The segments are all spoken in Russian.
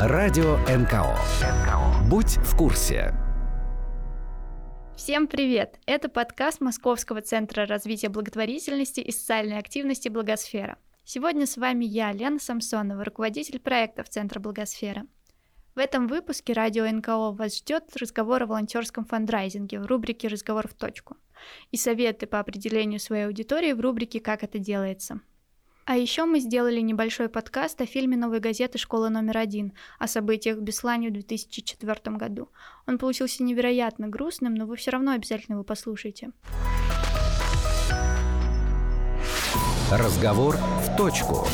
Радио НКО. Будь в курсе. Всем привет! Это подкаст Московского центра развития благотворительности и социальной активности «Благосфера». Сегодня с вами я, Лена Самсонова, руководитель проектов Центра «Благосфера». В этом выпуске Радио НКО вас ждет разговор о волонтерском фандрайзинге в рубрике «Разговор в точку» и советы по определению своей аудитории в рубрике «Как это делается». А еще мы сделали небольшой подкаст о фильме «Новой газеты. Школа номер 1» о событиях в Беслане в 2004 году. Он получился невероятно грустным, но вы все равно обязательно его послушайте. Разговор в точку.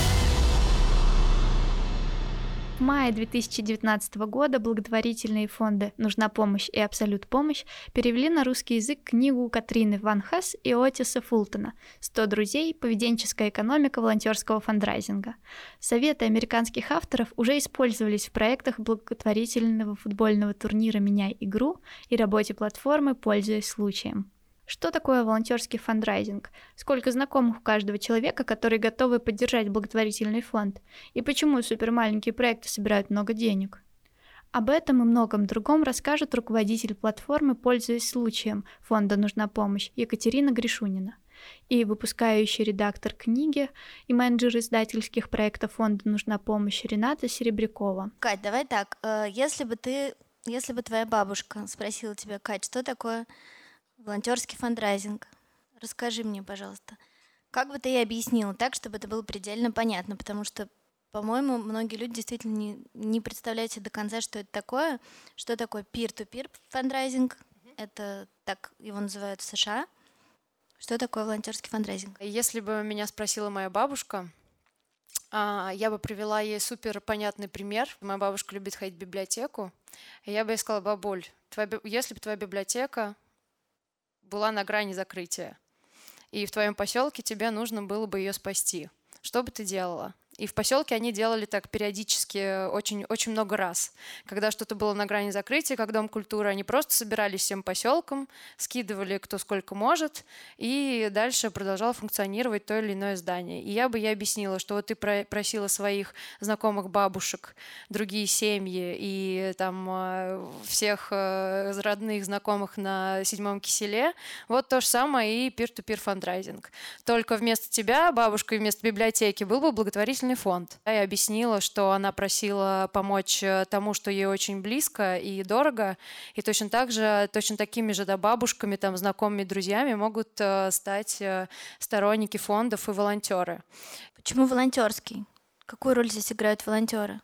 В мае 2019 года благотворительные фонды «Нужна помощь» и «Абсолют помощь» перевели на русский язык книгу Катрины Ван Хесс и Отиса Фултона «100 друзей. Поведенческая экономика волонтерского фандрайзинга». Советы американских авторов уже использовались в проектах благотворительного футбольного турнира «Меняй игру» и работе платформы «Пользуясь случаем». Что такое волонтерский фандрайзинг? Сколько знакомых у каждого человека, которые готовы поддержать благотворительный фонд? И почему супермаленькие проекты собирают много денег? Об этом и многом другом расскажет руководитель платформы «Пользуясь случаем» фонда «Нужна помощь» Екатерина Гришунина и выпускающий редактор книги и менеджер издательских проектов фонда «Нужна помощь» Рената Серебрякова. Кать, давай так, если бы твоя бабушка спросила тебя: Кать, что такое волонтерский фандрайзинг? Расскажи мне, пожалуйста. Как бы ты ей объяснила так, чтобы это было предельно понятно? Потому что, по-моему, многие люди действительно не представляют себе до конца, что это такое. Что такое peer-to-peer фандрайзинг? Это так его называют в США. Что такое волонтерский фандрайзинг? Если бы меня спросила моя бабушка, я бы привела ей супер понятный пример. Моя бабушка любит ходить в библиотеку. И я бы ей сказала: бабуль, если бы твоя библиотека была на грани закрытия, и в твоем поселке тебе нужно было бы ее спасти, что бы ты делала? И в поселке они делали так периодически очень, очень много раз. Когда что-то было на грани закрытия, как Дом культуры, они просто собирались всем поселком, скидывали кто сколько может, и дальше продолжало функционировать то или иное здание. И я бы ей объяснила, что вот ты просила своих знакомых бабушек, другие семьи и там всех родных знакомых на 7-м киселе. Вот то же самое и peer-to-peer фандрайзинг. Только вместо тебя, бабушка, и вместо библиотеки был бы благотворительный фонд. Я объяснила, что она просила помочь тому, что ей очень близко и дорого, и точно такими же бабушками, там, знакомыми, друзьями могут стать сторонники фондов и волонтеры. Почему волонтерский? Какую роль здесь играют волонтеры?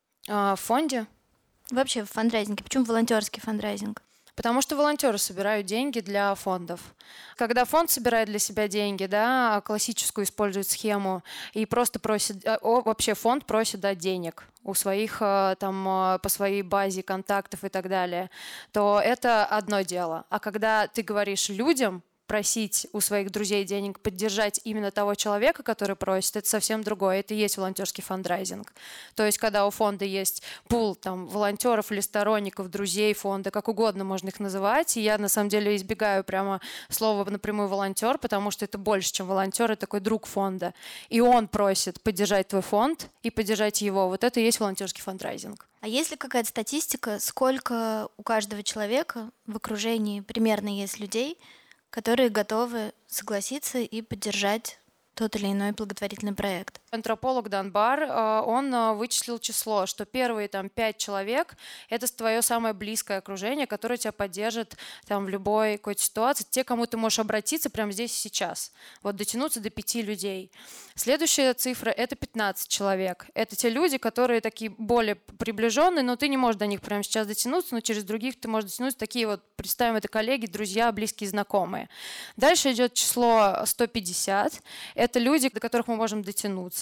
В фонде? Вообще в фандрайзинге. Почему волонтерский фандрайзинг? Потому что волонтеры собирают деньги для фондов. Когда фонд собирает для себя деньги, классическую использует схему и просто просит, вообще фонд просит дать денег у своих там по своей базе контактов и так далее, то это одно дело. А когда ты говоришь людям просить у своих друзей денег, поддержать именно того человека, который просит, это совсем другое. Это и есть волонтерский фандрайзинг. То есть, когда у фонда есть пул там, волонтеров или сторонников, друзей фонда, как угодно можно их называть, и я на самом деле избегаю прямо слова напрямую волонтер, потому что это больше, чем волонтер, это такой друг фонда. И он просит поддержать твой фонд и поддержать его. Вот это и есть волонтерский фандрайзинг. А есть ли какая-то статистика, сколько у каждого человека в окружении примерно есть людей, которые готовы согласиться и поддержать тот или иной благотворительный проект? Антрополог Данбар, он вычислил число, что первые 5 человек – это твое самое близкое окружение, которое тебя поддержит там, в любой какой-то ситуации, те, кому ты можешь обратиться прямо здесь и сейчас. Вот дотянуться до 5 людей. Следующая цифра – это 15 человек. Это те люди, которые такие более приближенные, но ты не можешь до них прямо сейчас дотянуться, но через других ты можешь дотянуться. Такие вот, представим, это коллеги, друзья, близкие, знакомые. Дальше идет число 150. Это люди, до которых мы можем дотянуться.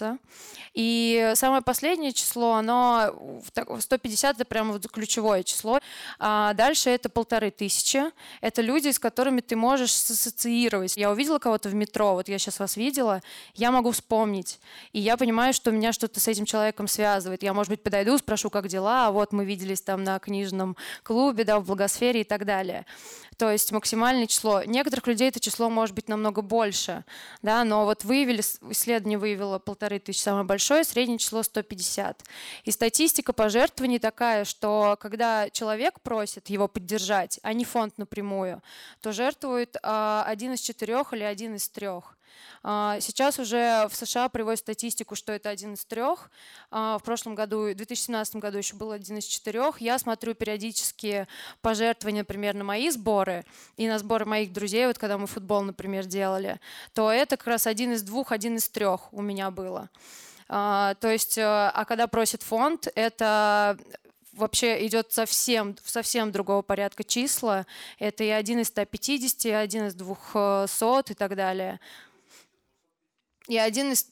И самое последнее число, оно 150, это прямо вот ключевое число. А дальше это 1500. Это люди, с которыми ты можешь ассоциировать. Я увидела кого-то в метро, вот я сейчас вас видела, я могу вспомнить. И я понимаю, что меня что-то с этим человеком связывает. Я, может быть, подойду, спрошу, как дела, а вот мы виделись там на книжном клубе, в Благосфере и так далее. То есть максимальное число. Некоторых людей это число может быть намного больше, но вот вы исследование выявило 1500, самое большое, среднее число 150. И статистика пожертвований такая, что когда человек просит его поддержать, а не фонд напрямую, то жертвует 1 из 4 или 1 из 3. Сейчас уже в США приводят статистику, что это 1 из 3. В прошлом году, в 2017 году еще был 1 из 4. Я смотрю периодически пожертвования, например, на мои сборы и на сборы моих друзей, вот когда мы футбол, например, делали, то это как раз 1 из 2, 1 из 3 у меня было. То есть, когда просит фонд, это вообще идет совсем другого порядка числа. Это и 1 из 150, и 1 из 200 и так далее. И 1 из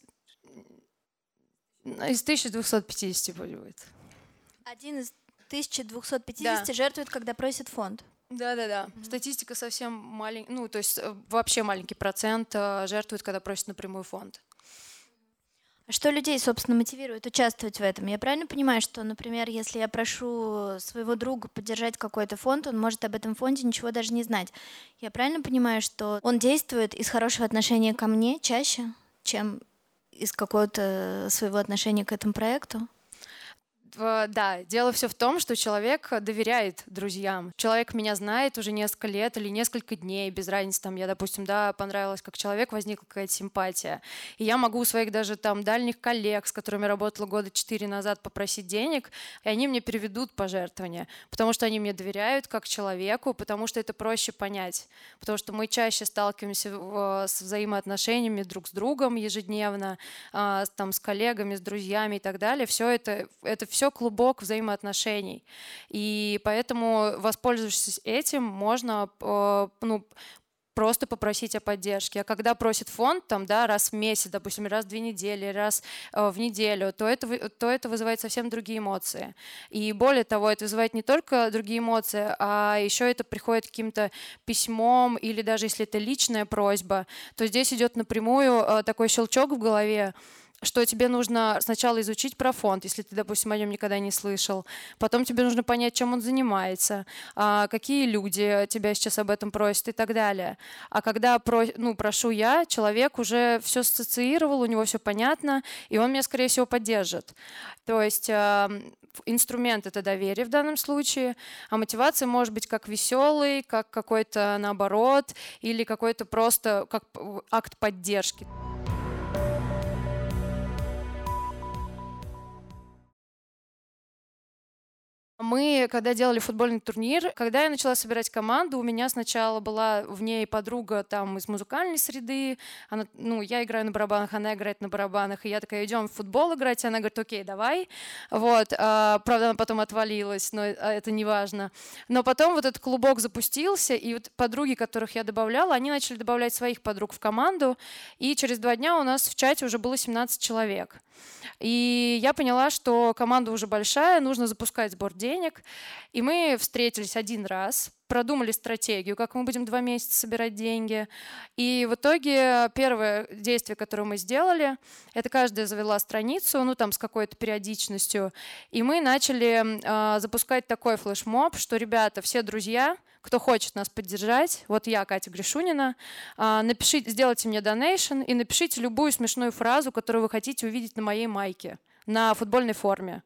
1250 будет. 1 из 1250 жертвует, когда просит фонд. Да. Статистика совсем маленькая, ну, то есть вообще маленький процент жертвует, когда просит напрямую фонд. А что людей, собственно, мотивирует участвовать в этом? Я правильно понимаю, что, например, если я прошу своего друга поддержать какой-то фонд, он может об этом фонде ничего даже не знать. Я правильно понимаю, что он действует из хорошего отношения ко мне чаще, чем из какого-то своего отношения к этому проекту? Да, дело все в том, что человек доверяет друзьям. Человек меня знает уже несколько лет или несколько дней, без разницы, там, я, допустим, понравилась как человек, возникла какая-то симпатия. И я могу у своих даже там дальних коллег, с которыми работала года 4 назад, попросить денег, и они мне переведут пожертвования, потому что они мне доверяют как человеку, потому что это проще понять, потому что мы чаще сталкиваемся с взаимоотношениями друг с другом ежедневно, там, с коллегами, с друзьями и так далее. Все это все клубок взаимоотношений. И поэтому, воспользовавшись этим, можно просто попросить о поддержке. А когда просит фонд раз в месяц, допустим, раз в 2 недели, раз в неделю, то это вызывает совсем другие эмоции. И более того, это вызывает не только другие эмоции, а еще это приходит каким-то письмом, или даже если это личная просьба, то здесь идет напрямую такой щелчок в голове, что тебе нужно сначала изучить про фонд, если ты, допустим, о нем никогда не слышал. Потом тебе нужно понять, чем он занимается, какие люди тебя сейчас об этом просят и так далее. А когда прошу я, человек уже все ассоциировал, у него все понятно, и он меня, скорее всего, поддержит. То есть инструмент — это доверие в данном случае, а мотивация может быть как веселый, как какой-то наоборот, или какой-то просто как акт поддержки. Мы, когда делали футбольный турнир, когда я начала собирать команду, у меня сначала была в ней подруга там из музыкальной среды. Она, я играю на барабанах, она играет на барабанах. И я такая: идем в футбол играть. И она говорит: окей, давай. Вот. Правда, она потом отвалилась, но это не важно. Но потом вот этот клубок запустился, и вот подруги, которых я добавляла, они начали добавлять своих подруг в команду. И через 2 дня у нас в чате уже было 17 человек. И я поняла, что команда уже большая, нужно запускать сбор денег. И мы встретились 1 раз, продумали стратегию, как мы будем 2 месяца собирать деньги. И в итоге первое действие, которое мы сделали, это каждая завела страницу, с какой-то периодичностью. И мы начали запускать такой флешмоб, что, ребята, все друзья, кто хочет нас поддержать, вот я, Катя Гришунина, сделайте мне донейшн и напишите любую смешную фразу, которую вы хотите увидеть на моей майке, на футбольной форме.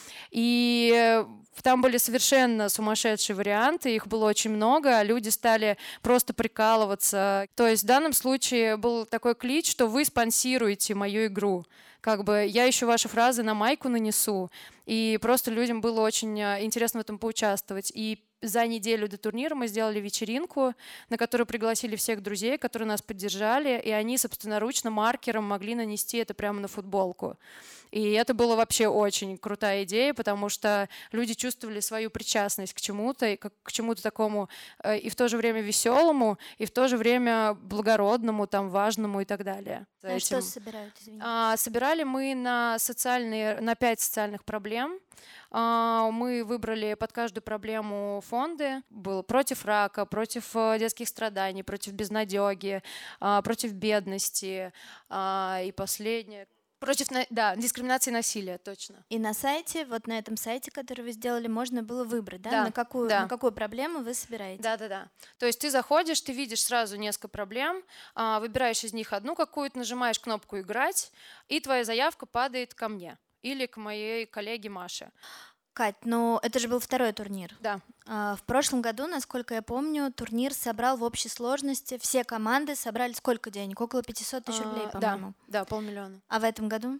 И там были совершенно сумасшедшие варианты, их было очень много, люди стали просто прикалываться. То есть в данном случае был такой клич, что вы спонсируете мою игру. Я еще ваши фразы на майку нанесу. И просто людям было очень интересно в этом поучаствовать. И за неделю до турнира мы сделали вечеринку, на которую пригласили всех друзей, которые нас поддержали, и они собственноручно маркером могли нанести это прямо на футболку. И это была вообще очень крутая идея, потому что люди чувствовали свою причастность к чему-то такому и в то же время веселому, и в то же время благородному, важному и так далее. А что собирают, извините? Собирали мы на 5 социальных проблем. Мы выбрали под каждую проблему фонды. Было против рака, против детских страданий, против безнадёги, против бедности. И последнее — дискриминации и насилия, точно. И на сайте, вот на этом сайте, который вы сделали, можно было выбрать, да? Да, На какую проблему вы собираете? Да. То есть ты заходишь, ты видишь сразу несколько проблем, выбираешь из них одну какую-то, нажимаешь кнопку «Играть», и твоя заявка падает ко мне или к моей коллеге Маше. Кать, ну это же был второй турнир. Да. В прошлом году, насколько я помню, турнир собрал в общей сложности, все команды собрали сколько денег? Около 500 тысяч рублей, по-моему. Да, 500 000. А в этом году?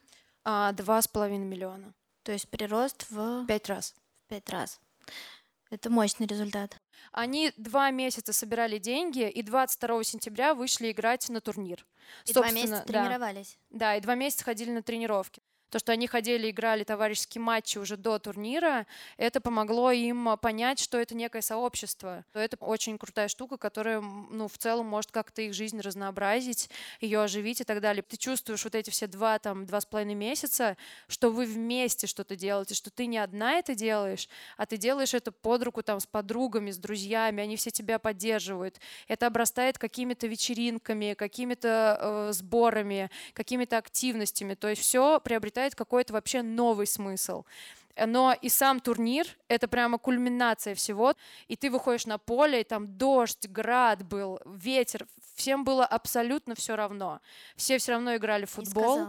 2,5 миллиона. То есть прирост в 5 раз. 5 раз. Это мощный результат. Они 2 месяца собирали деньги, и 22 сентября вышли играть на турнир. И 2 месяца тренировались. Да, и 2 месяца ходили на тренировки. То, что они ходили, играли товарищеские матчи уже до турнира, это помогло им понять, что это некое сообщество. Это очень крутая штука, которая, в целом может как-то их жизнь разнообразить, ее оживить и так далее. Ты чувствуешь вот эти все 2,5 месяца, что вы вместе что-то делаете, что ты не одна это делаешь, а ты делаешь это под руку с подругами, с друзьями, они все тебя поддерживают. Это обрастает какими-то вечеринками, какими-то сборами, какими-то активностями. То есть все приобретает какой-то вообще новый смысл. Но и сам турнир — это прямо кульминация всего. И ты выходишь на поле, и там дождь, град был, ветер. Всем было абсолютно все равно. Все равно играли в футбол.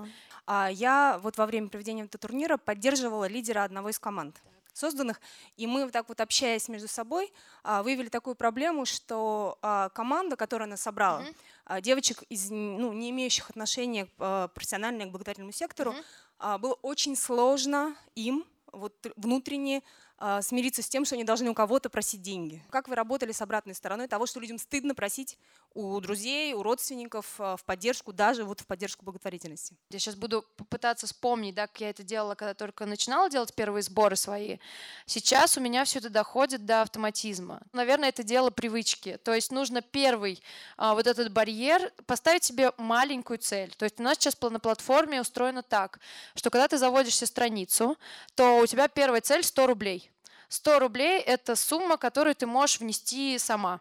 Я вот во время проведения этого турнира поддерживала лидера одного из команд созданных, и мы так вот, общаясь между собой, выявили такую проблему, что команда, которая нас собрала, девочек, не имеющих отношения к профессиональному, к благотворительному сектору, было очень сложно им внутренне смириться с тем, что они должны у кого-то просить деньги. Как вы работали с обратной стороной того, что людям стыдно просить у друзей, у родственников в поддержку, даже в поддержку благотворительности? Я сейчас буду попытаться вспомнить, как я это делала, когда только начинала делать первые сборы свои. Сейчас у меня все это доходит до автоматизма. Наверное, это дело привычки. То есть нужно первый вот этот барьер поставить себе маленькую цель. То есть у нас сейчас на платформе устроено так, что когда ты заводишь себе страницу, то у тебя первая цель 100 рублей. 100 рублей – это сумма, которую ты можешь внести сама.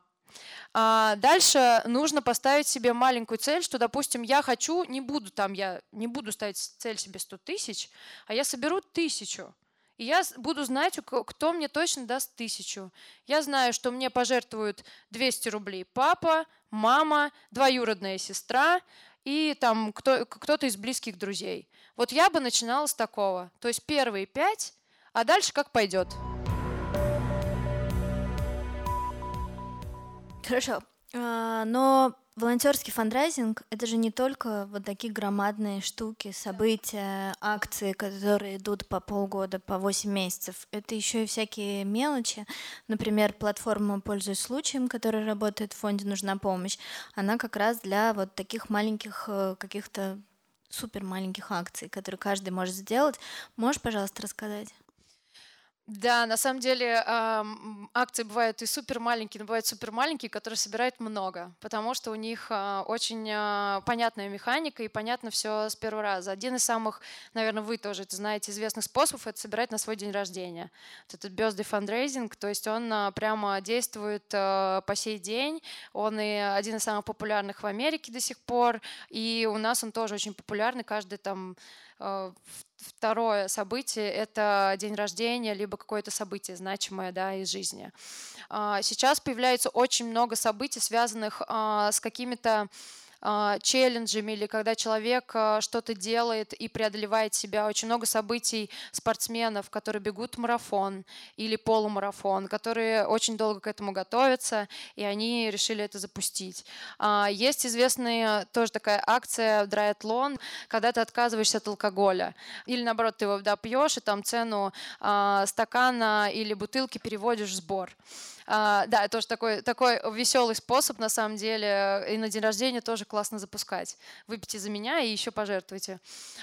Дальше нужно поставить себе маленькую цель, что, допустим, я не буду ставить цель себе 100 тысяч, а я соберу 1000. И я буду знать, кто мне точно даст 1000. Я знаю, что мне пожертвуют 200 рублей папа, мама, двоюродная сестра и кто-то из близких друзей. Вот я бы начинала с такого. То есть первые 5, а дальше как пойдет. Хорошо. Но волонтерский фандрайзинг — это же не только вот такие громадные штуки, события, акции, которые идут по полгода, по 8 месяцев. Это еще и всякие мелочи. Например, платформа «Пользуясь случаем», которая работает в фонде «Нужна помощь», она как раз для вот таких маленьких, каких-то супер маленьких акций, которые каждый может сделать. Можешь, пожалуйста, рассказать? Да, на самом деле акции бывают и супер маленькие, но бывают супер маленькие, которые собирают много, потому что у них очень понятная механика и понятно все с первого раза. Один из самых, наверное, вы тоже это знаете, известных способов — это собирать на свой день рождения. Вот этот birthday fundraising, то есть он прямо действует по сей день, он и один из самых популярных в Америке до сих пор, и у нас он тоже очень популярный, каждый второе событие — это день рождения, либо какое-то событие значимое, из жизни. Сейчас появляется очень много событий, связанных с какими-то челленджами, или когда человек что-то делает и преодолевает себя. Очень много событий спортсменов, которые бегут марафон или полумарафон, которые очень долго к этому готовятся, и они решили это запустить. Есть известная тоже такая акция «Драйатлон», когда ты отказываешься от алкоголя. Или наоборот, ты его пьешь, и цену стакана или бутылки переводишь в сбор. Да, тоже такой веселый способ, на самом деле, и на день рождения тоже классно запускать. Выпейте за меня и еще пожертвуйте.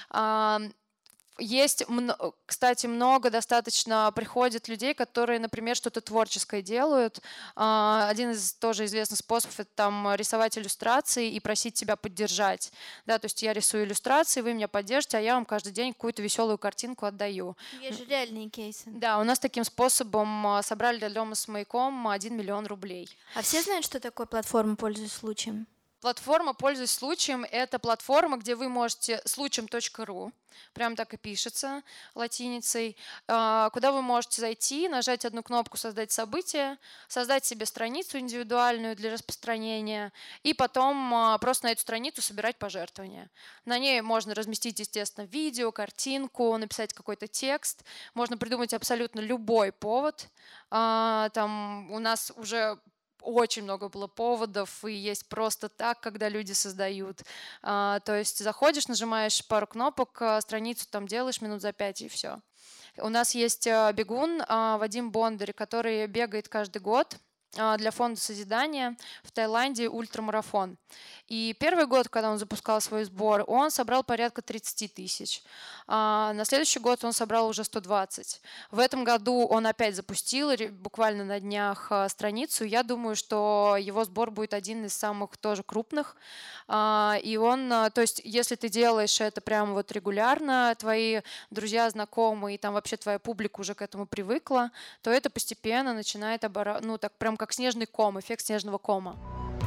Есть, кстати, много достаточно приходит людей, которые, например, что-то творческое делают. Один из тоже известных способов — это рисовать иллюстрации и просить тебя поддержать. Да, то есть я рисую иллюстрации, вы меня поддержите, а я вам каждый день какую-то веселую картинку отдаю. Есть же реальные кейсы. Да, у нас таким способом собрали для дома с маяком 1 миллион рублей. А все знают, что такое платформа «Пользуясь случаем»? Платформа «Пользуясь случаем» — это платформа, где вы можете случаем.ру, прям так и пишется латиницей, куда вы можете зайти, нажать одну кнопку «Создать событие», создать себе страницу индивидуальную для распространения и потом просто на эту страницу собирать пожертвования. На ней можно разместить, естественно, видео, картинку, написать какой-то текст, можно придумать абсолютно любой повод. Там у нас уже очень много было поводов, и есть просто так, когда люди создают. То есть заходишь, нажимаешь пару кнопок, страницу там делаешь минут за 5 и все. У нас есть бегун Вадим Бондарь, который бегает каждый год для фонда созидания в Таиланде ультрамарафон. И первый год, когда он запускал свой сбор, он собрал порядка 30 тысяч. На следующий год он собрал уже 120. В этом году он опять запустил буквально на днях страницу. Я думаю, что его сбор будет один из самых тоже крупных. И он, то есть, если ты делаешь это прямо вот регулярно, твои друзья, знакомые, и там вообще твоя публика уже к этому привыкла, то это постепенно начинает ну так прям как снежный ком, эффект снежного кома.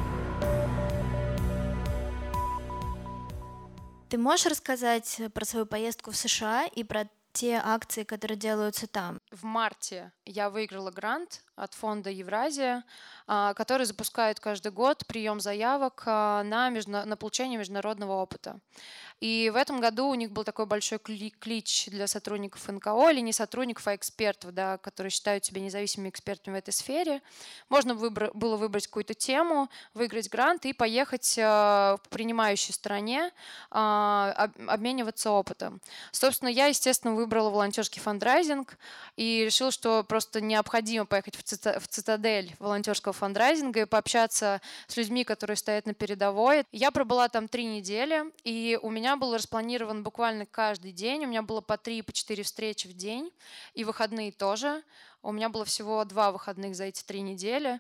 Ты можешь рассказать про свою поездку в США и про те акции, которые делаются там? В марте я выиграла грант от фонда «Евразия», который запускает каждый год прием заявок на получение международного опыта. И в этом году у них был такой большой клич для сотрудников НКО, или не сотрудников, а экспертов, да, которые считают себя независимыми экспертами в этой сфере. Можно было выбрать какую-то тему, выиграть грант и поехать в принимающей стране, обмениваться опытом. Собственно, я, естественно, выбрала волонтерский фандрайзинг и решила, что просто необходимо поехать в цитадель волонтерского фандрайзинга и пообщаться с людьми, которые стоят на передовой. Я пробыла там 3 недели, и у меня был распланирован буквально каждый день. У меня было по 3, по 4 встречи в день, и выходные тоже. У меня было всего 2 выходных за эти 3 недели.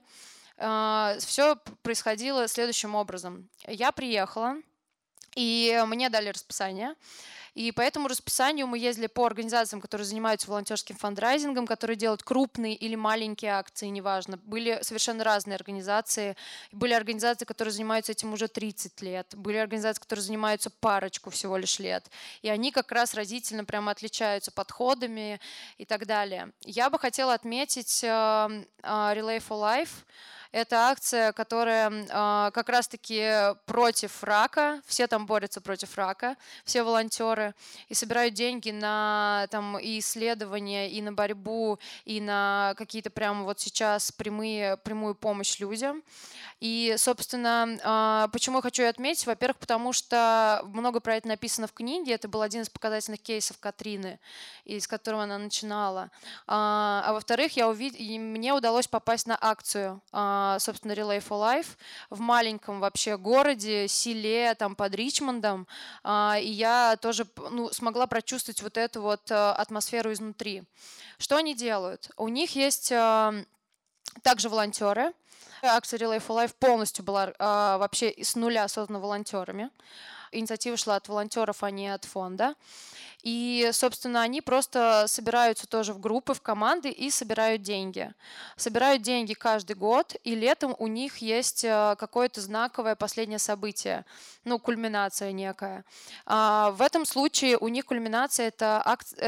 Все происходило следующим образом. Я приехала, и мне дали расписание. И по этому расписанию мы ездили по организациям, которые занимаются волонтерским фандрайзингом, которые делают крупные или маленькие акции, неважно. Были совершенно разные организации. Были организации, которые занимаются этим уже 30 лет. Были организации, которые занимаются парочку всего лишь лет. И они как раз разительно прямо отличаются подходами и так далее. Я бы хотела отметить Relay for Life. Это акция, которая как раз-таки против рака. Все там борются против рака, все волонтеры. И собирают деньги на там, и исследования, и на борьбу, и на какие-то прямо вот сейчас прямую помощь людям. И, собственно, почему я хочу ее отметить? Во-первых, потому что много про это написано в книге. Это был один из показательных кейсов Катрины, с которого она начинала. А во-вторых, мне удалось попасть на акцию, собственно, Relay for Life в маленьком вообще городе, селе, там под Ричмондом. И я тоже смогла прочувствовать вот эту вот атмосферу изнутри. Что они делают? У них есть также волонтеры. Акция Relay for Life полностью была вообще с нуля создана волонтерами. Инициатива шла от волонтеров, а не от фонда. И, собственно, они просто собираются тоже в группы, в команды и собирают деньги. Собирают деньги каждый год, и летом у них есть какое-то знаковое последнее событие, кульминация некая. В этом случае у них кульминация — это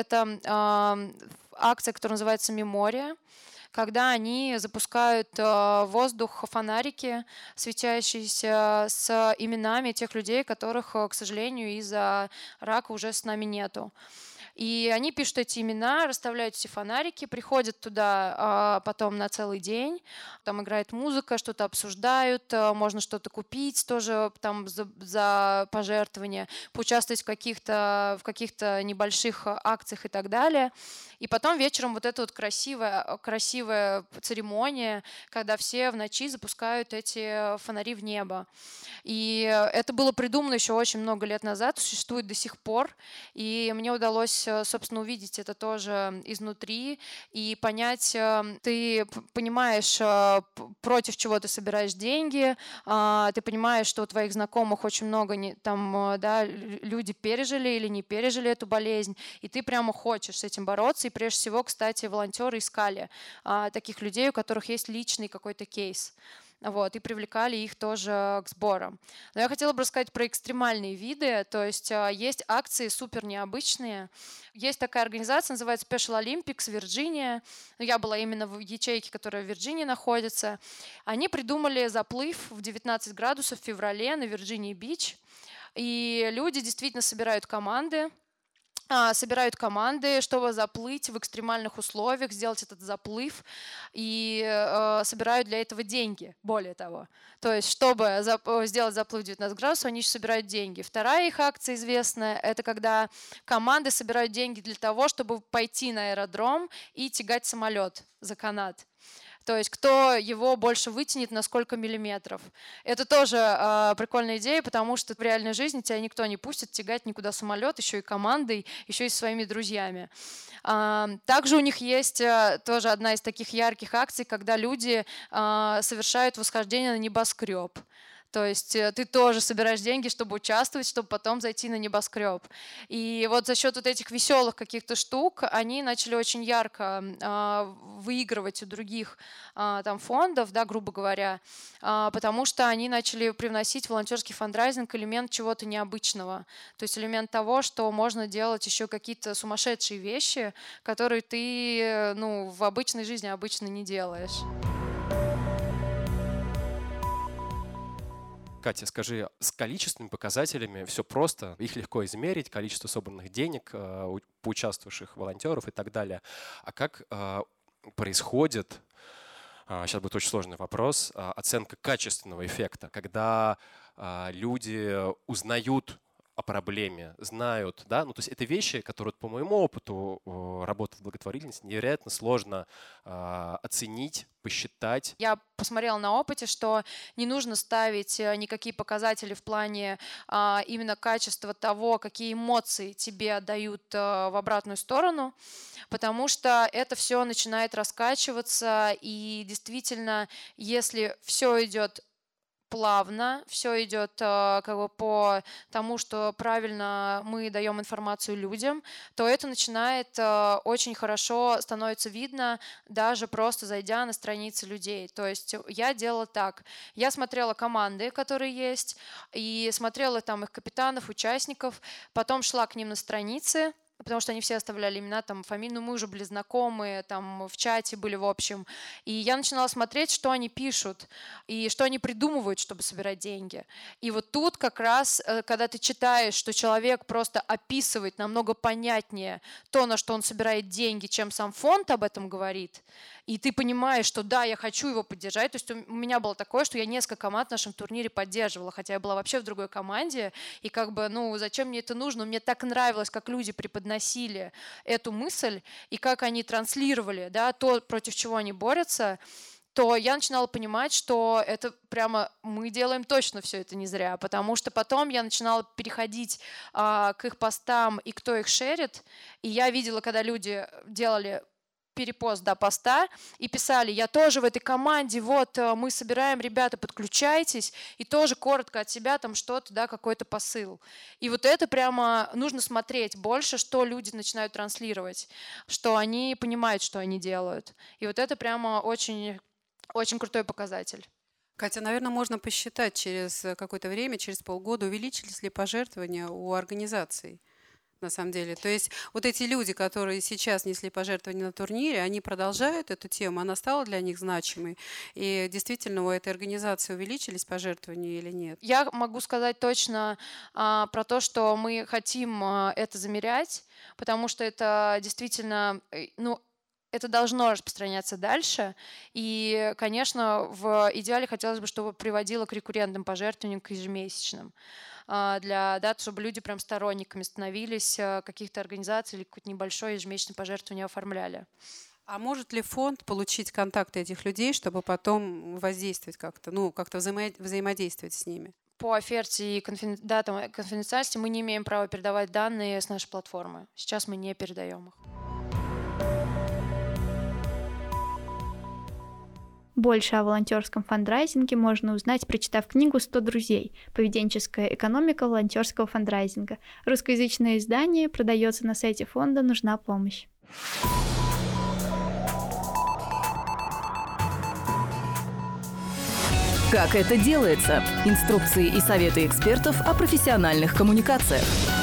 акция, которая называется «Мемория», когда они запускают в воздух фонарики, светящиеся с именами тех людей, которых, к сожалению, из-за рака уже с нами нету. И они пишут эти имена, расставляют эти фонарики, приходят туда потом на целый день, там играет музыка, что-то обсуждают, можно что-то купить тоже там за пожертвования, поучаствовать в каких-то небольших акциях и так далее. И потом вечером вот эта вот красивая церемония, когда все в ночи запускают эти фонари в небо. И это было придумано еще очень много лет назад, существует до сих пор, и мне удалось, собственно, увидеть это тоже изнутри и понять, ты понимаешь, против чего ты собираешь деньги, ты понимаешь, что у твоих знакомых очень много люди пережили или не пережили эту болезнь, и ты прямо хочешь с этим бороться. И прежде всего, кстати, волонтеры искали таких людей, у которых есть личный какой-то кейс. вот, и привлекали их тоже к сборам. Но я хотела бы рассказать про экстремальные виды, то есть есть акции супер необычные. Есть такая организация, называется Special Olympics Вирджиния. Я была именно в ячейке, которая в Вирджинии находится. Они придумали заплыв в 19 градусов в феврале на Вирджинии-Бич. И люди действительно собирают команды, чтобы заплыть в экстремальных условиях, сделать этот заплыв, и собирают для этого деньги, более того. То есть, чтобы сделать заплыв в 19 градусов, они еще собирают деньги. Вторая их акция известная – это когда команды собирают деньги для того, чтобы пойти на аэродром и тягать самолет за канат. То есть кто его больше вытянет на сколько миллиметров. Это тоже прикольная идея, потому что в реальной жизни тебя никто не пустит тягать никуда самолет, еще и командой, еще и своими друзьями. Также у них есть тоже одна из таких ярких акций, когда люди совершают восхождение на небоскреб. То есть ты тоже собираешь деньги, чтобы участвовать, чтобы потом зайти на небоскреб. И вот за счет вот этих веселых каких-то штук они начали очень ярко выигрывать у других там фондов, да, грубо говоря, потому что они начали привносить в волонтерский фандрайзинг элемент чего-то необычного. То есть элемент того, что можно делать еще какие-то сумасшедшие вещи, которые ты в обычной жизни обычно не делаешь. Катя, скажи, с количественными показателями все просто, их легко измерить, количество собранных денег, поучаствовавших волонтеров и так далее. А как происходит, сейчас будет очень сложный вопрос, оценка качественного эффекта, когда люди узнают о проблеме, знают, да, то есть это вещи, которые по моему опыту работы в благотворительности невероятно сложно оценить, посчитать. Я посмотрела на опыте, что не нужно ставить никакие показатели в плане именно качества того, какие эмоции тебе отдают в обратную сторону, потому что это все начинает раскачиваться, и действительно, если все идет плавно, все идет по тому, что правильно мы даем информацию людям, то это начинает очень хорошо становится видно, даже просто зайдя на страницы людей. То есть я делала так. Я смотрела команды, которые есть, и смотрела там их капитанов, участников, потом шла к ним на страницы, потому что они все оставляли имена, там, фамилию, мы уже были знакомы, там, в чате были, в общем. И я начинала смотреть, что они пишут и что они придумывают, чтобы собирать деньги. И вот тут как раз, когда ты читаешь, что человек просто описывает намного понятнее то, на что он собирает деньги, чем сам фонд об этом говорит, и ты понимаешь, что да, я хочу его поддержать. То есть у меня было такое, что я несколько команд в нашем турнире поддерживала, хотя я была вообще в другой команде, и как бы, зачем мне это нужно? Мне так нравилось, как люди преподносили эту мысль, и как они транслировали, да, то, против чего они борются, то я начинала понимать, что это прямо мы делаем точно все это не зря, потому что потом я начинала переходить к их постам и кто их шерит, и я видела, когда люди делали перепост до поста и писали: я тоже в этой команде, вот мы собираем, ребята, подключайтесь, и тоже коротко от себя там что-то, да, какой-то посыл. И вот это прямо нужно смотреть больше, что люди начинают транслировать, что они понимают, что они делают. И вот это прямо очень, очень крутой показатель. Катя, наверное, можно посчитать через какое-то время, через полгода, увеличились ли пожертвования у организаций. На самом деле. То есть вот эти люди, которые сейчас несли пожертвования на турнире, они продолжают эту тему, она стала для них значимой. И действительно у этой организации увеличились пожертвования или нет? Я могу сказать точно про то, что мы хотим это замерять, потому что это действительно, это должно распространяться дальше. И, конечно, в идеале хотелось бы, чтобы приводило к рекуррентным пожертвованиям, к ежемесячным. Чтобы люди прям сторонниками становились каких-то организаций или какое-то небольшое ежемесячное пожертвование оформляли. А может ли фонд получить контакты этих людей, чтобы потом воздействовать как-то, как-то взаимодействовать с ними? По оферте и конфиденциальности мы не имеем права передавать данные с нашей платформы. Сейчас мы не передаем их. Больше о волонтерском фандрайзинге можно узнать, прочитав книгу «100 друзей. Поведенческая экономика волонтерского фандрайзинга». Русскоязычное издание продается на сайте фонда «Нужна помощь». Как это делается? Инструкции и советы экспертов о профессиональных коммуникациях.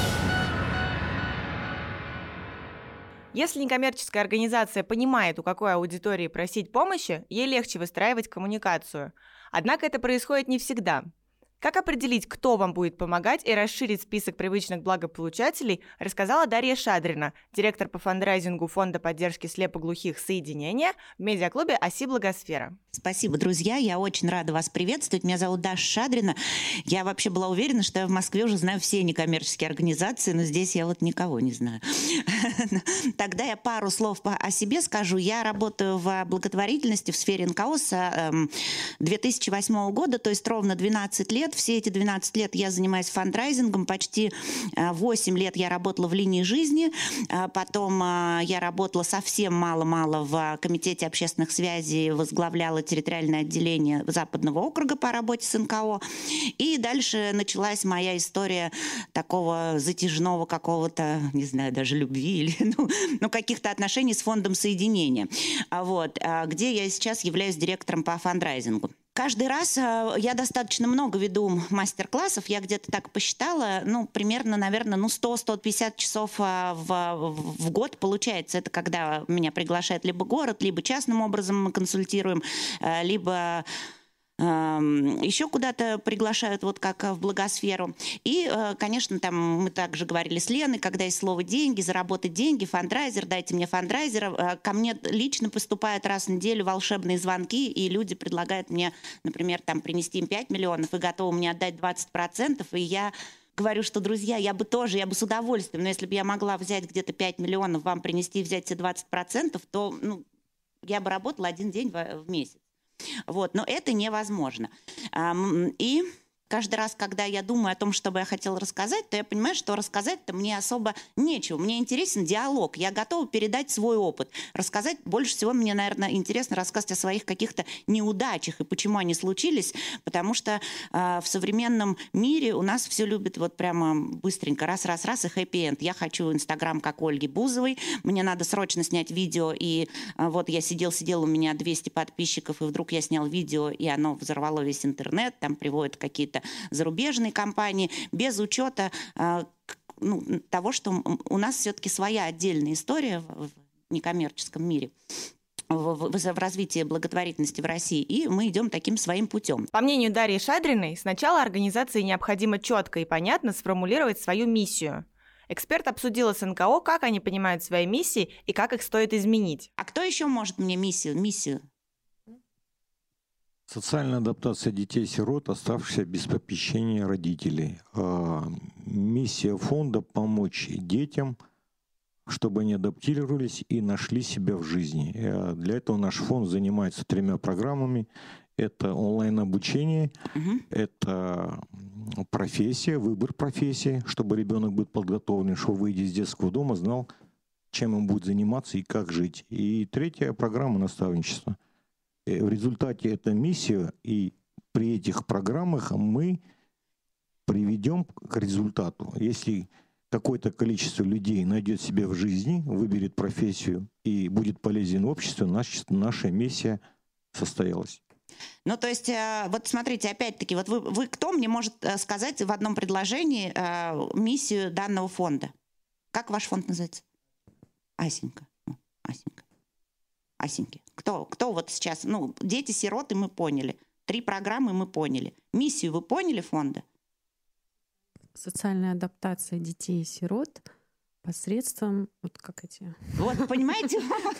Если некоммерческая организация понимает, у какой аудитории просить помощи, ей легче выстраивать коммуникацию. Однако это происходит не всегда. Как определить, кто вам будет помогать и расширить список привычных благополучателей, рассказала Дарья Шадрина, директор по фандрайзингу Фонда поддержки слепоглухих «Соединение» в медиаклубе «Оси Благосфера». Спасибо, друзья. Я очень рада вас приветствовать. Меня зовут Даша Шадрина. Я вообще была уверена, что я в Москве уже знаю все некоммерческие организации, но здесь я вот никого не знаю. Тогда я пару слов о себе скажу. Я работаю в благотворительности в сфере НКО с 2008 года, то есть ровно 12 лет. Все эти 12 лет я занимаюсь фандрайзингом. Почти 8 лет я работала в линии жизни. Потом я работала совсем мало-мало в Комитете общественных связей, возглавляла территориальное отделение Западного округа по работе с НКО. И дальше началась моя история такого затяжного какого-то, не знаю, даже любви или каких-то отношений с Фондом Соединения, где я сейчас являюсь директором по фандрайзингу. Каждый раз я достаточно много веду мастер-классов, я где-то так посчитала, примерно, наверное, 100-150 часов в год получается. Это когда меня приглашает либо город, либо частным образом мы консультируем, либо еще куда-то приглашают, вот как в Благосферу. И, конечно, там мы также говорили с Леной, когда есть слово «деньги», заработать деньги, фандрайзер, дайте мне фандрайзера. Ко мне лично поступают раз в неделю волшебные звонки, и люди предлагают мне, например, принести им 5 миллионов и готовы мне отдать 20%, и я говорю, что, друзья, я бы с удовольствием, но если бы я могла взять где-то 5 миллионов, вам принести и взять все 20%, то я бы работала один день в месяц. Но это невозможно. И каждый раз, когда я думаю о том, что бы я хотела рассказать, то я понимаю, что рассказать-то мне особо нечего. Мне интересен диалог. Я готова передать свой опыт. Рассказать больше всего мне, наверное, интересно рассказать о своих каких-то неудачах и почему они случились, потому что в современном мире у нас все любят прямо быстренько, раз и хэппи-энд. Я хочу Инстаграм, как Ольги Бузовой. Мне надо срочно снять видео, и я сидел, у меня 200 подписчиков, и вдруг я снял видео, и оно взорвало весь интернет, там приводят какие-то зарубежные компании, без учета того, что у нас все-таки своя отдельная история в некоммерческом мире, в развитии благотворительности в России, и мы идем таким своим путем. По мнению Дарьи Шадриной, сначала организации необходимо четко и понятно сформулировать свою миссию. Эксперт обсудила с НКО, как они понимают свои миссии и как их стоит изменить. А кто еще может мне миссию? Социальная адаптация детей-сирот, оставшихся без попечения родителей. Миссия фонда – помочь детям, чтобы они адаптировались и нашли себя в жизни. Для этого наш фонд занимается 3 программами. Это онлайн-обучение, это профессия, выбор профессии, чтобы ребенок был подготовлен, чтобы, выйдя из детского дома, знал, чем он будет заниматься и как жить. И 3 программа – наставничество. В результате этой миссии и при этих программах мы приведем к результату. Если какое-то количество людей найдет себя в жизни, выберет профессию и будет полезен обществу, наша миссия состоялась. То есть, смотрите, опять-таки, вы кто мне может сказать в одном предложении миссию данного фонда? Как ваш фонд называется? Асенька. Асеньки. Кто сейчас? Дети-сироты мы поняли. 3 программы мы поняли. Миссию вы поняли фонда? Социальная адаптация детей и сирот посредством понимаете?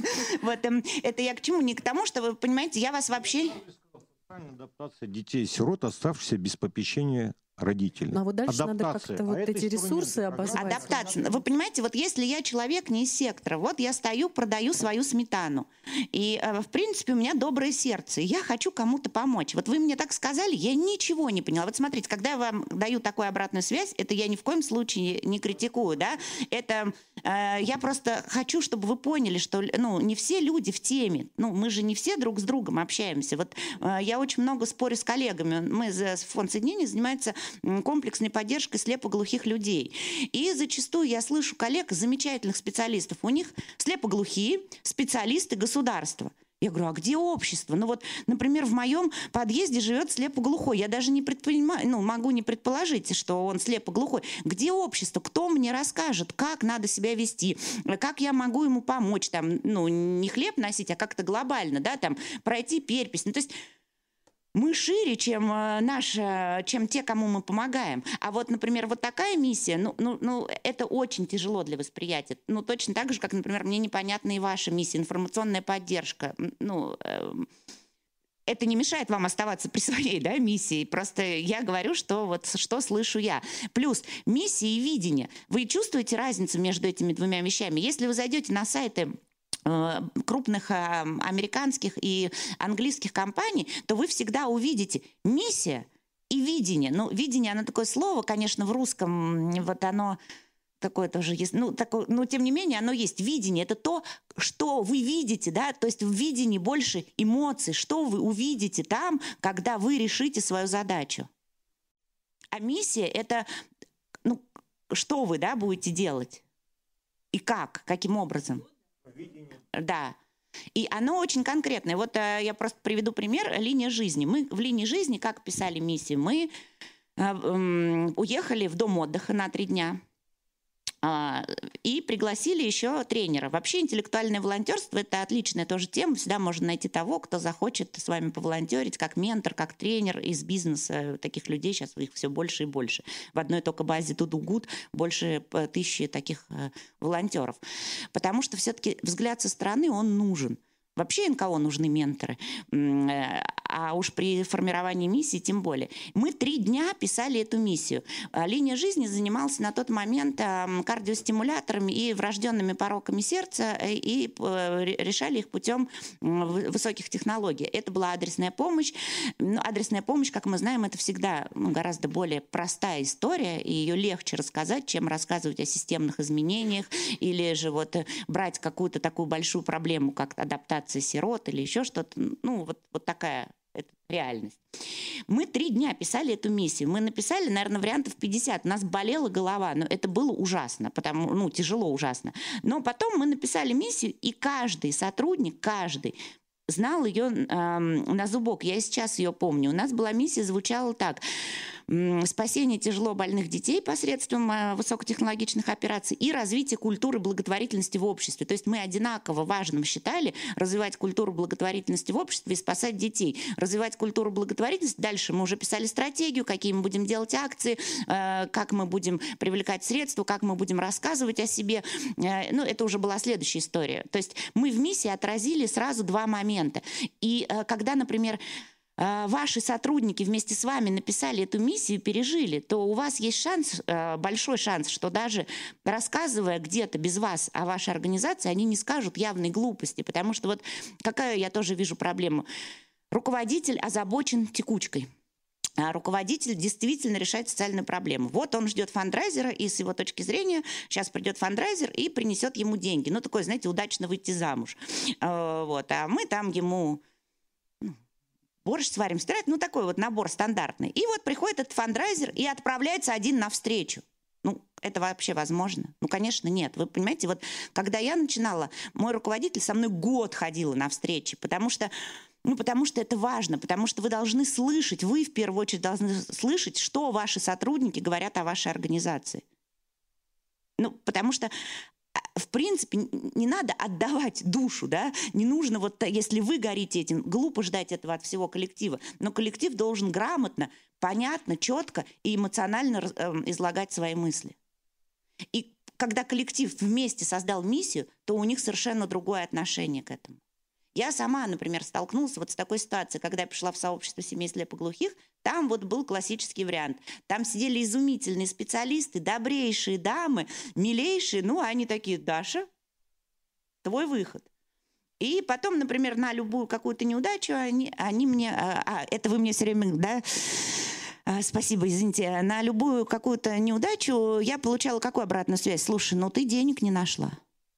Это я к чему? Не к тому, что вы понимаете, я вас вообще... Социальная адаптация детей и сирот, оставшихся без попечения родителей. А дальше адаптация. Надо как-то эти ресурсы обозвать. Адаптация. Вы понимаете, если я человек не из сектора, я стою, продаю свою сметану. И, в принципе, у меня доброе сердце. И я хочу кому-то помочь. Вы мне так сказали, я ничего не поняла. Смотрите, когда я вам даю такую обратную связь, это я ни в коем случае не критикую, да? Это я просто хочу, чтобы вы поняли, что не все люди в теме. Мы же не все друг с другом общаемся. Я очень много спорю с коллегами. Фонд Соединения занимается комплексной поддержкой слепоглухих людей. И зачастую я слышу коллег, замечательных специалистов, у них слепоглухие специалисты государства. Я говорю, а где общество? Ну вот, например, в моем подъезде живет слепоглухой. Я даже не могу не предположить, что он слепоглухой. Где общество? Кто мне расскажет, как надо себя вести? Как я могу ему помочь? Там, не хлеб носить, а как-то глобально, да, там, пройти перепись. Ну, то есть мы шире, чем те, кому мы помогаем. А вот, например, вот такая миссия, это очень тяжело для восприятия. Точно так же, как, например, мне непонятна и ваша миссия, информационная поддержка. Это не мешает вам оставаться при своей, да, миссии. Просто я говорю, что слышу я. Плюс миссия и видение. Вы чувствуете разницу между этими двумя вещами? Если вы зайдете на сайты крупных американских и английских компаний, то вы всегда увидите миссия и видение. Видение, оно такое слово, конечно, в русском, вот оно такое тоже есть, тем не менее, оно есть. Видение — это то, что вы видите, да, то есть в видении больше эмоций, что вы увидите там, когда вы решите свою задачу. А миссия — это, что вы, да, будете делать и каким образом. Да. И оно очень конкретное. Вот я просто приведу пример. Линия жизни. Мы в линии жизни, как писали миссию, мы уехали в дом отдыха на 3 дня и пригласили еще тренера. Вообще интеллектуальное волонтерство — это отличная тоже тема. Всегда можно найти того, кто захочет с вами поволонтерить, как ментор, как тренер из бизнеса. Таких людей сейчас их все больше и больше. В одной только базе Тудугуд больше 1000 таких волонтеров. Потому что все-таки взгляд со стороны, он нужен. Вообще НКО нужны менторы, а уж при формировании миссии тем более. Мы 3 дня писали эту миссию. Линия жизни занималась на тот момент кардиостимуляторами и врожденными пороками сердца, и решали их путем высоких технологий. Это была адресная помощь. Адресная помощь, как мы знаем, это всегда гораздо более простая история, и ее легче рассказать, чем рассказывать о системных изменениях, или же брать какую-то такую большую проблему, как адаптация сирот или еще что-то. Вот такая это реальность. Мы 3 дня писали эту миссию. Мы написали, наверное, вариантов 50. У нас болела голова, но это было ужасно, тяжело ужасно. Но потом мы написали миссию, и каждый сотрудник, знал ее на зубок. Я и сейчас ее помню. У нас была миссия, звучала так: спасение тяжело больных детей посредством высокотехнологичных операций и развитие культуры благотворительности в обществе. То есть мы одинаково важным считали развивать культуру благотворительности в обществе и спасать детей. Развивать культуру благотворительности. Дальше мы уже писали стратегию, какие мы будем делать акции, как мы будем привлекать средства, как мы будем рассказывать о себе. Это уже была следующая история. То есть мы в миссии отразили сразу 2 момента. И когда, например, ваши сотрудники вместе с вами написали эту миссию, пережили, то у вас есть шанс, большой шанс, что даже рассказывая где-то без вас о вашей организации, они не скажут явной глупости. Потому что какая я тоже вижу проблему. Руководитель озабочен текучкой. А руководитель действительно решает социальную проблему. Вот он ждет фандрайзера, и с его точки зрения сейчас придет фандрайзер и принесет ему деньги. Такой, знаете, удачно выйти замуж. А мы там ему борщ сварим, стирать, такой набор стандартный. И приходит этот фандрайзер и отправляется один навстречу. Это вообще возможно? Конечно, нет. Вы понимаете, когда я начинала, мой руководитель со мной год ходила на встречи, потому что это важно, потому что вы должны слышать, вы в первую очередь должны слышать, что ваши сотрудники говорят о вашей организации. Потому что, в принципе, не надо отдавать душу, да? Не нужно, если вы горите этим, глупо ждать этого от всего коллектива. Но коллектив должен грамотно, понятно, четко и эмоционально излагать свои мысли. И когда коллектив вместе создал миссию, то у них совершенно другое отношение к этому. Я сама, например, столкнулась с такой ситуацией, когда я пришла в сообщество семей слепоглухих, там был классический вариант. Там сидели изумительные специалисты, добрейшие дамы, милейшие, они такие: Даша, твой выход. И потом, например, на любую какую-то неудачу они мне... это вы мне все время, да... Спасибо, извините. На любую какую-то неудачу я получала какую обратную связь? Слушай, ты денег не нашла.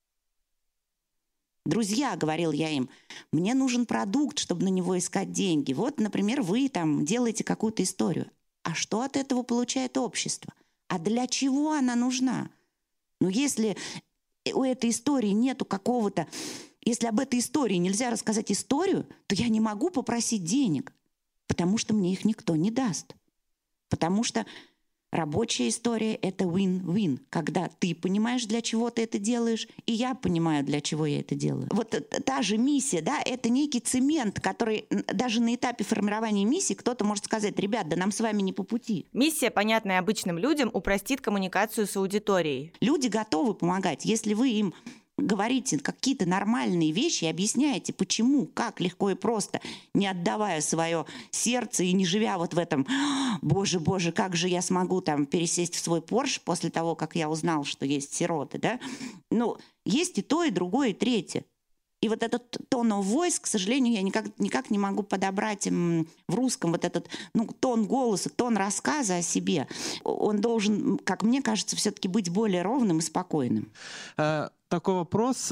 Друзья, говорил я им, мне нужен продукт, чтобы на него искать деньги. Например, вы там делаете какую-то историю. А что от этого получает общество? А для чего она нужна? Если у этой истории нету какого-то Если об этой истории нельзя рассказать историю, то я не могу попросить денег, потому что мне их никто не даст. Потому что рабочая история — это win-win, когда ты понимаешь, для чего ты это делаешь, и я понимаю, для чего я это делаю. Вот та же миссия, да, это некий цемент, который даже на этапе формирования миссии кто-то может сказать: ребят, да нам с вами не по пути. Миссия, понятная обычным людям, упростит коммуникацию с аудиторией. Люди готовы помогать, если вы им говорите какие-то нормальные вещи и объясняете, почему, как легко и просто, не отдавая свое сердце и не живя вот в этом: боже, как же я смогу там пересесть в свой Порш после того, как я узнал, что есть сироты, да? Ну, есть и то, и другое, и третье. И вот этот tone of voice, к сожалению, я никак не могу подобрать в русском вот этот тон голоса, тон рассказа о себе. Он должен, как мне кажется, все-таки быть более ровным и спокойным. Такой вопрос.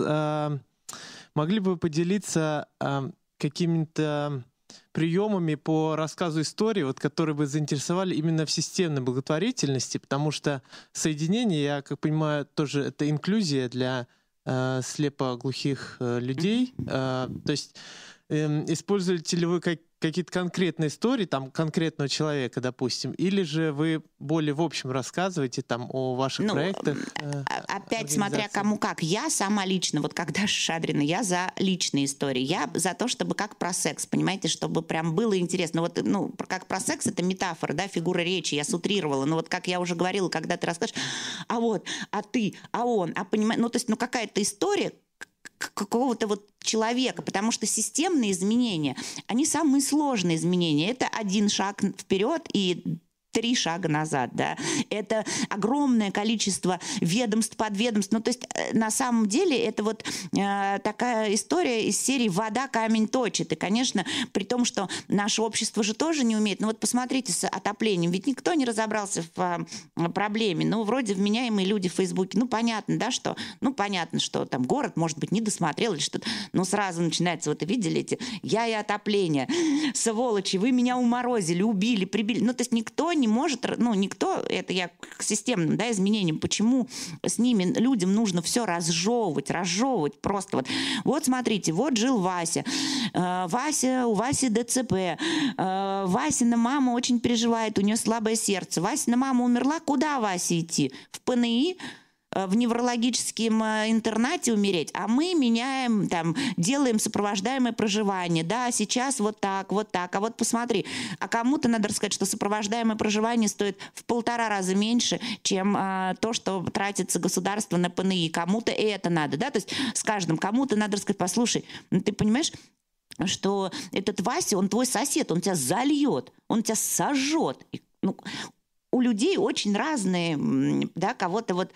Могли бы вы поделиться какими-то приемами по рассказу истории, вот, которые бы заинтересовали именно в системной благотворительности? Потому что соединение, я как понимаю, тоже это инклюзия для слепоглухих людей. То есть используете ли вы какие-то конкретные истории, там, конкретного человека, допустим, или же вы более в общем рассказываете там о ваших проектах? Опять смотря кому как. Я сама лично, вот как Даша Шадрина, я за личные истории. Я за то, чтобы как про секс, понимаете, чтобы прям было интересно. Вот, как про секс — это метафора, да, фигура речи, я сутрировала. Но вот как я уже говорила, когда ты расскажешь: а вот, а ты, а он, а понимаешь, то есть, какая-то история какого-то вот человека, потому что системные изменения, они самые сложные изменения. Это один шаг вперед и 3 шага назад, да. Это огромное количество ведомств, подведомств. То есть на самом деле это вот такая история из серии «вода камень точит». И, конечно, при том, что наше общество же тоже не умеет. Вот посмотрите с отоплением. Ведь никто не разобрался в проблеме. Вроде вменяемые люди в Фейсбуке. Понятно, да, что... понятно, что там город, может быть, не досмотрел или что-то. Но сразу начинается, вот видели эти «я и отопление». Сволочи, вы меня уморозили, убили, прибили. То есть никто не может, никто, это я к системным, да, изменениям, почему с ними людям нужно все разжевывать просто вот смотрите, вот жил Вася, у Васи ДЦП, Васина мама очень переживает, у нее слабое сердце, Васина мама умерла, куда Васе идти? В ПНИ? В неврологическом интернате умереть, а мы меняем, делаем сопровождаемое проживание. Да, сейчас вот так. А вот посмотри, а кому-то надо рассказать, что сопровождаемое проживание стоит в 1,5 раза меньше, чем то, что тратится государство на ПНИ. Кому-то это надо, да, то есть с каждым кому-то надо рассказать: послушай, ты понимаешь, что этот Вася, он твой сосед, он тебя зальет, он тебя сожжет. У людей очень разные, да, кого-то вот,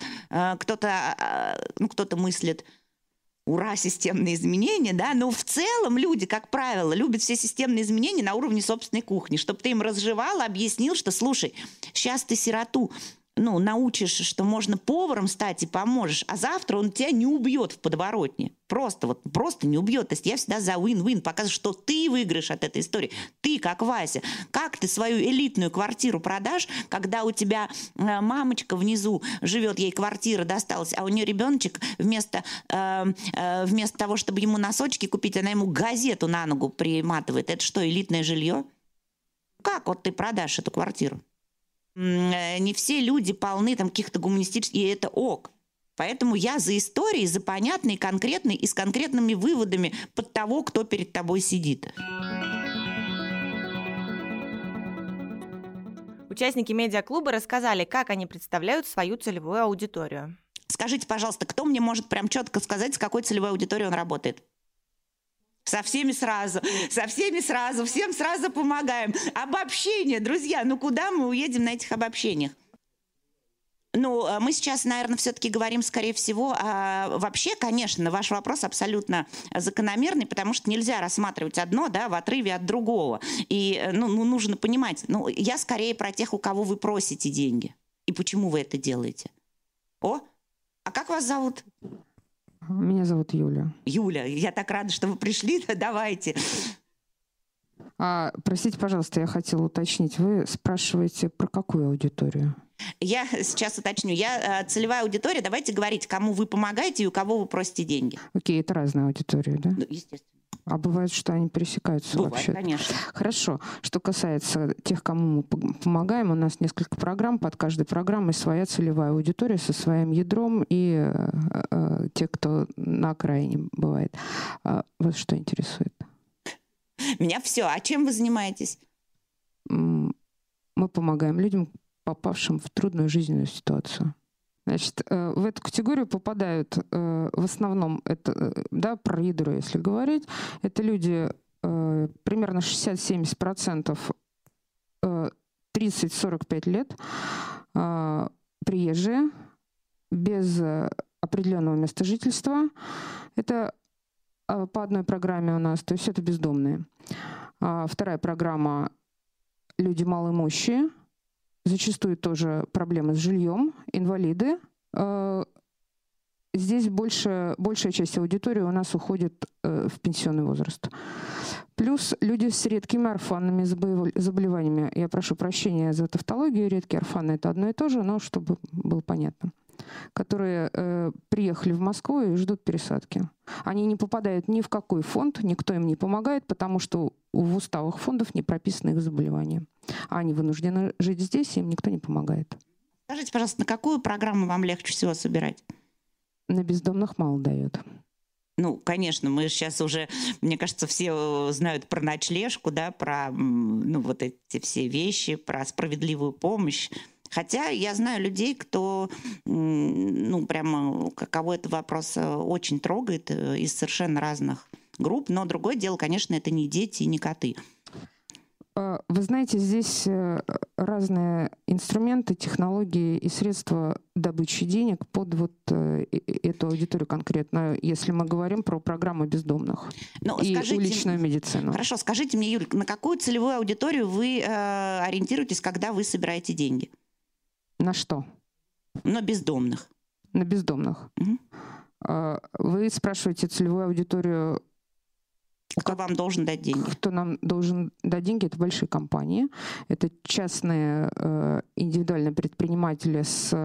кто-то мыслит: ура, системные изменения, да, но в целом люди, как правило, любят все системные изменения на уровне собственной кухни, чтобы ты им разжевал, объяснил, что, слушай, сейчас ты сироту научишь, что можно поваром стать и поможешь, а завтра он тебя не убьет в подворотне. Просто не убьет. То есть я всегда за win-win, показываю, что ты выиграешь от этой истории. Ты, как Вася, как ты свою элитную квартиру продашь, когда у тебя мамочка внизу живет, ей квартира досталась, а у нее ребеночек вместо того, чтобы ему носочки купить, она ему газету на ногу приматывает. Это что, элитное жилье? Как вот ты продашь эту квартиру? Не все люди полны каких-то гуманистических, и это ок. Поэтому я за историей, за понятной, конкретной и с конкретными выводами под того, кто перед тобой сидит. Участники медиаклуба рассказали, как они представляют свою целевую аудиторию. Скажите, пожалуйста, кто мне может прям четко сказать, с какой целевой аудиторией он работает? Со всеми сразу, всем сразу помогаем. Обобщение, друзья, куда мы уедем на этих обобщениях? Мы сейчас, наверное, все-таки говорим, скорее всего, вообще, конечно, ваш вопрос абсолютно закономерный, потому что нельзя рассматривать одно, да, в отрыве от другого. И, нужно понимать, я скорее про тех, у кого вы просите деньги. И почему вы это делаете? А как вас зовут? Меня зовут Юля. Юля, я так рада, что вы пришли. Давайте. Простите, пожалуйста, я хотела уточнить. Вы спрашиваете, про какую аудиторию? Я сейчас уточню. Я целевая аудитория. Давайте говорить, кому вы помогаете и у кого вы просите деньги. Окей, это разная аудитория, да? Ну, естественно. А бывает, что они пересекаются Бывает, вообще? конечно. Хорошо. Что касается тех, кому мы помогаем, у нас несколько программ. Под каждой программой своя целевая аудитория со своим ядром и те, кто на окраине бывает. Вас что интересует? Меня все. А чем вы занимаетесь? Мы помогаем людям, попавшим в трудную жизненную ситуацию. Значит, в эту категорию попадают в основном, это, да, про ядро, если говорить, это люди примерно 60-70%, 30-45 лет, приезжие, без определенного места жительства. Это по одной программе у нас, то есть это бездомные. Вторая программа – люди малоимущие, зачастую тоже проблемы с жильем, инвалиды. Здесь большая часть аудитории у нас уходит в пенсионный возраст. Плюс люди с редкими орфанными заболеваниями. Я прошу прощения за тавтологию. Редкие орфаны – это одно и то же, но чтобы было понятно. Которые приехали в Москву и ждут пересадки. Они не попадают ни в какой фонд, никто им не помогает, потому что в уставах фондов не прописаны их заболевания. А они вынуждены жить здесь, и им никто не помогает. Скажите, пожалуйста, на какую программу вам легче всего собирать? На бездомных мало дает. Ну, конечно, мы сейчас уже, мне кажется, все знают про ночлежку, да, про вот эти все вещи, про справедливую помощь. Хотя я знаю людей, кто, прямо, кого этот вопрос очень трогает из совершенно разных групп. Но другое дело, конечно, это не дети и не коты. Вы знаете, здесь разные инструменты, технологии и средства добычи денег под вот эту аудиторию конкретно, если мы говорим про программу бездомных и уличную медицину. Хорошо, скажите мне, Юль, на какую целевую аудиторию вы ориентируетесь, когда вы собираете деньги? На что? На бездомных. На бездомных. Угу. Вы спрашиваете целевую аудиторию. Кто вам должен дать деньги? Кто нам должен дать деньги? Это большие компании. Это частные индивидуальные предприниматели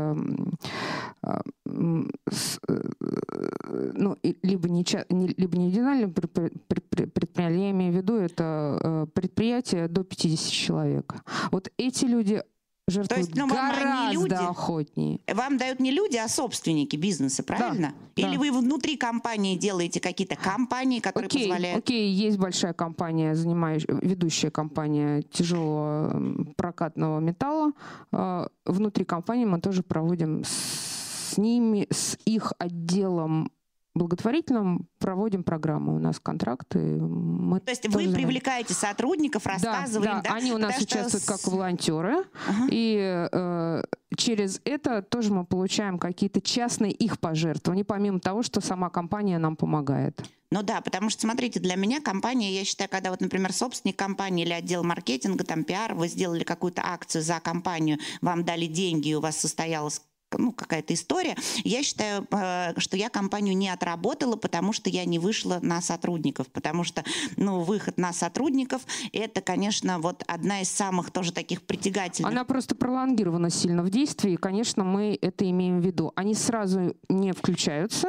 либо не индивидуальные предприниматели, я имею в виду, это предприятия до 50 человек. Вот эти люди жертвуют гораздо охотнее. Вам дают не люди, а собственники бизнеса, правильно? Да, или вы внутри компании делаете какие-то компании, которые позволяют... Окей, есть большая компания, ведущая компания тяжелого прокатного металла. Внутри компании мы тоже проводим с ними, с их отделом благотворительным проводим программу. У нас контракты. То есть вы привлекаете сотрудников, рассказываем, да? Они у нас участвуют как волонтеры. И через это тоже мы получаем какие-то частные их пожертвования, помимо того, что сама компания нам помогает. Ну да, потому что, смотрите, для меня компания, я считаю, когда вот, например, собственник компании или отдел маркетинга, там, пиар, вы сделали какую-то акцию за компанию, вам дали деньги, и у вас состоялась какая-то история. Я считаю, что я компанию не отработала, потому что я не вышла на сотрудников. Потому что, выход на сотрудников – это, конечно, вот одна из самых тоже таких притягательных. Она просто пролонгирована сильно в действии, и, конечно, мы это имеем в виду. Они сразу не включается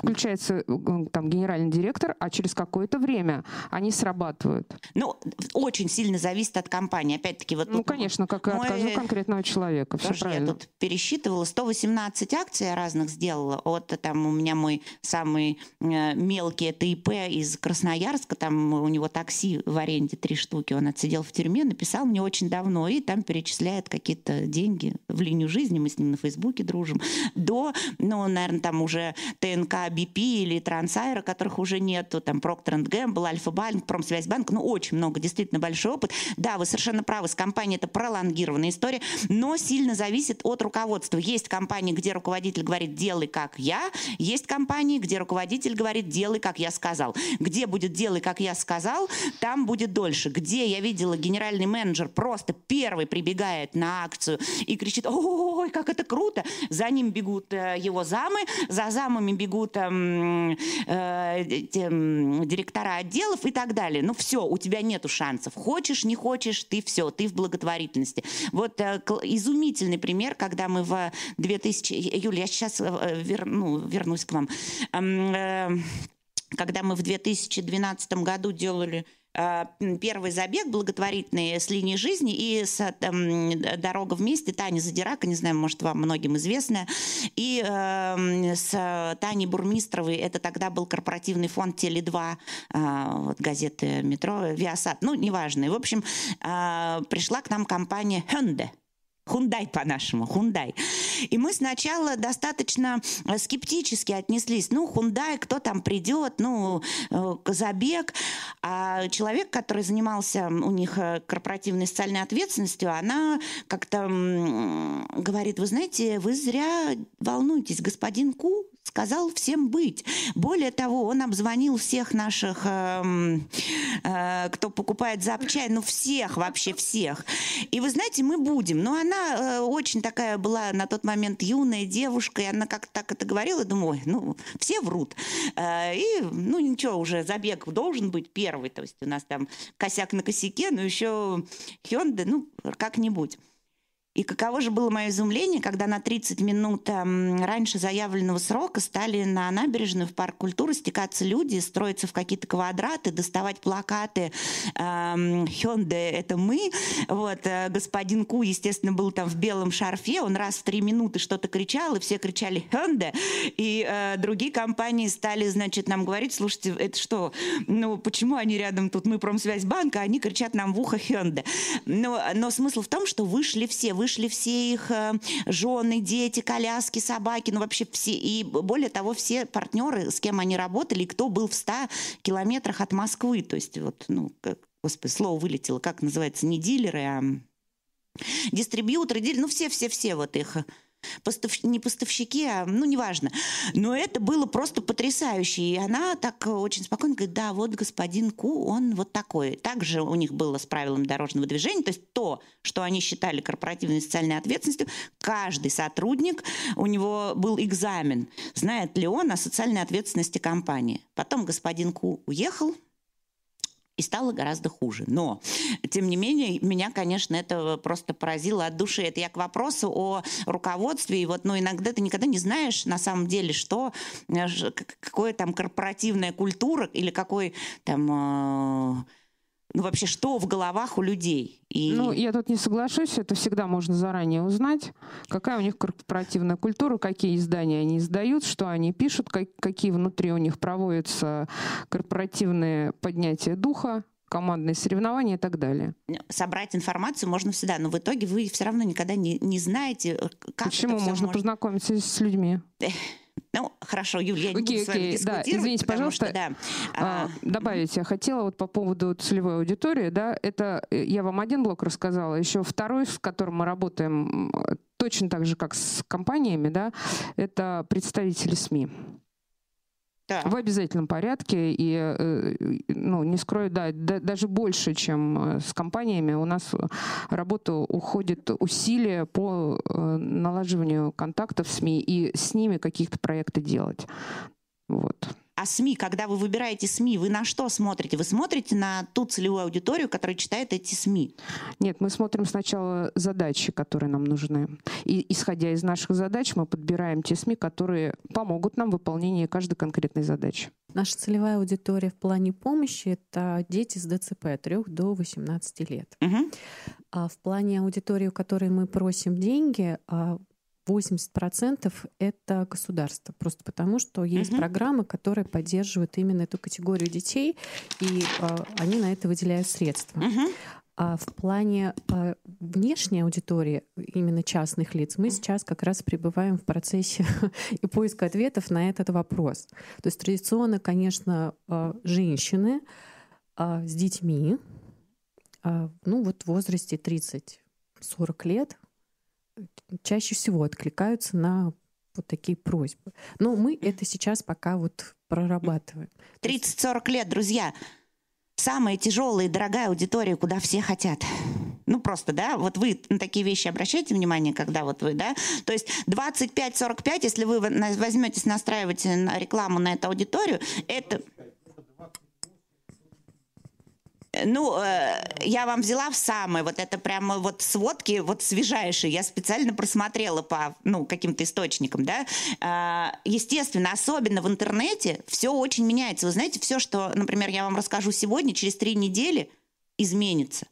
там генеральный директор, а через какое-то время они срабатывают. Очень сильно зависит от компании. Опять-таки, вот конечно, как и от каждого конкретного человека. Все правильно. Я тут пересчитывала, 118 акций я разных сделала. Вот там у меня мой самый мелкий, это ИП из Красноярска, там у него такси в аренде 3 штуки, он отсидел в тюрьме, написал мне очень давно, и там перечисляет какие-то деньги в линию жизни, мы с ним на Фейсбуке дружим, до, наверное, там уже ТНК, BP или Трансайра, которых уже нету, там Procter & Gamble, Альфа-банк, Промсвязьбанк, очень много, действительно большой опыт. Да, вы совершенно правы, с компанией это пролонгированная история, но сильно зависит от руководства. Есть компании, где руководитель говорит, делай как я, есть компании, где руководитель говорит, делай как я сказал. Где будет делай как я сказал, там будет дольше. Где я видела генеральный менеджер просто первый прибегает на акцию и кричит, ой, как это круто, за ним бегут его замы, за замами бегут идут директора отделов и так далее. Ну все, у тебя нету шансов. Хочешь, не хочешь, ты все, ты в благотворительности. Вот изумительный пример, когда мы в 2000... Юля, я сейчас вернусь к вам. Когда мы в 2012 году делали первый забег благотворительный с линии жизни и с «Дорога вместе», Таня Задирака, не знаю, может, вам многим известная, и с Таней Бурмистровой, это тогда был корпоративный фонд «Теле2», вот, газеты «Метро», «Виасат», ну, неважно. И, в общем, пришла к нам компания «Hyundai». Hyundai по-нашему, Hyundai. И мы сначала достаточно скептически отнеслись. Ну, Hyundai, кто там придет, забег. А человек, который занимался у них корпоративной социальной ответственностью, она как-то говорит: вы знаете, вы зря волнуетесь, господин Ку сказал всем быть. Более того, он обзвонил всех наших, кто покупает запчасти, всех, вообще всех. И вы знаете, мы будем. Но она очень такая была на тот момент юная девушка, и она как-то так это говорила, думаю, все врут. И, ничего, уже забег должен быть первый, то есть у нас там косяк на косяке, но еще Hyundai, как-нибудь. И каково же было мое изумление, когда на 30 минут раньше заявленного срока стали на набережную в парк культуры стекаться люди, строиться в какие-то квадраты, доставать плакаты «Hyundai, это мы». Вот, господин Ку, естественно, был там в белом шарфе, он раз в 3 минуты что-то кричал, и все кричали «Hyundai». И другие компании стали, значит, нам говорить: слушайте, это что, почему они рядом тут, мы Промсвязьбанк, а они кричат нам в ухо «Hyundai». Но смысл в том, что вышли все их жены, дети, коляски, собаки, вообще все. И более того, все партнеры, с кем они работали, кто был в 100 километрах от Москвы. То есть, господи, слово вылетело, как называется, не дилеры, а дистрибьюторы, все вот их... не поставщики, неважно. Но это было просто потрясающе. И она так очень спокойно говорит: да, вот господин Ку, он вот такой. Также у них было с правилами дорожного движения, то есть то, что они считали корпоративной социальной ответственностью, каждый сотрудник, у него был экзамен, знает ли он о социальной ответственности компании. Потом господин Ку уехал, и стало гораздо хуже. Но, тем не менее, меня, конечно, это просто поразило от души. Это я к вопросу о руководстве. И иногда ты никогда не знаешь, на самом деле, какая там корпоративная культура или какой там... вообще, что в головах у людей. Я тут не соглашусь, это всегда можно заранее узнать, какая у них корпоративная культура, какие издания они издают, что они пишут, какие внутри у них проводятся корпоративные поднятия духа, командные соревнования и так далее. Собрать информацию можно всегда, но в итоге вы все равно никогда не знаете, как Почему? Можно познакомиться с людьми. Хорошо, Юлия, я не буду с вами дискутировать. Да, извините, пожалуйста, добавить я хотела по поводу целевой аудитории. Да, это я вам один блок рассказала, еще второй, с которым мы работаем точно так же, как с компаниями, да, это представители СМИ. Да. В обязательном порядке. И, не скрою, даже больше, чем с компаниями, у нас работа уходит, усилия по налаживанию контактов с СМИ и с ними каких-то проекты делать. Вот. А СМИ, когда вы выбираете СМИ, вы на что смотрите? Вы смотрите на ту целевую аудиторию, которая читает эти СМИ? Нет, мы смотрим сначала задачи, которые нам нужны. И, исходя из наших задач, мы подбираем те СМИ, которые помогут нам в выполнении каждой конкретной задачи. Наша целевая аудитория в плане помощи — это дети с ДЦП от 3 до 18 лет. Угу. А в плане аудитории, у которой мы просим деньги, 80% это государство, просто потому что есть программы, которые поддерживают именно эту категорию детей, и они на это выделяют средства. А в плане внешней аудитории, именно частных лиц, мы сейчас как раз пребываем в процессе и поиска ответов на этот вопрос. То есть традиционно, конечно, женщины с детьми, в возрасте 30-40 лет, чаще всего откликаются на вот такие просьбы. Но мы это сейчас пока прорабатываем. 30-40 лет, друзья. Самая тяжелая и дорогая аудитория, куда все хотят. Ну, просто, да, вот вы на такие вещи обращаете внимание, когда вот вы, да, то есть 25-45, если вы возьметесь настраивать рекламу на эту аудиторию, это... Ну, я вам взяла в самые, вот это прямо вот сводки, вот свежайшие, я специально просмотрела по, ну, каким-то источникам, да. Естественно, особенно в интернете все очень меняется. Вы знаете, все, что, например, я вам расскажу сегодня, через 3 недели изменится.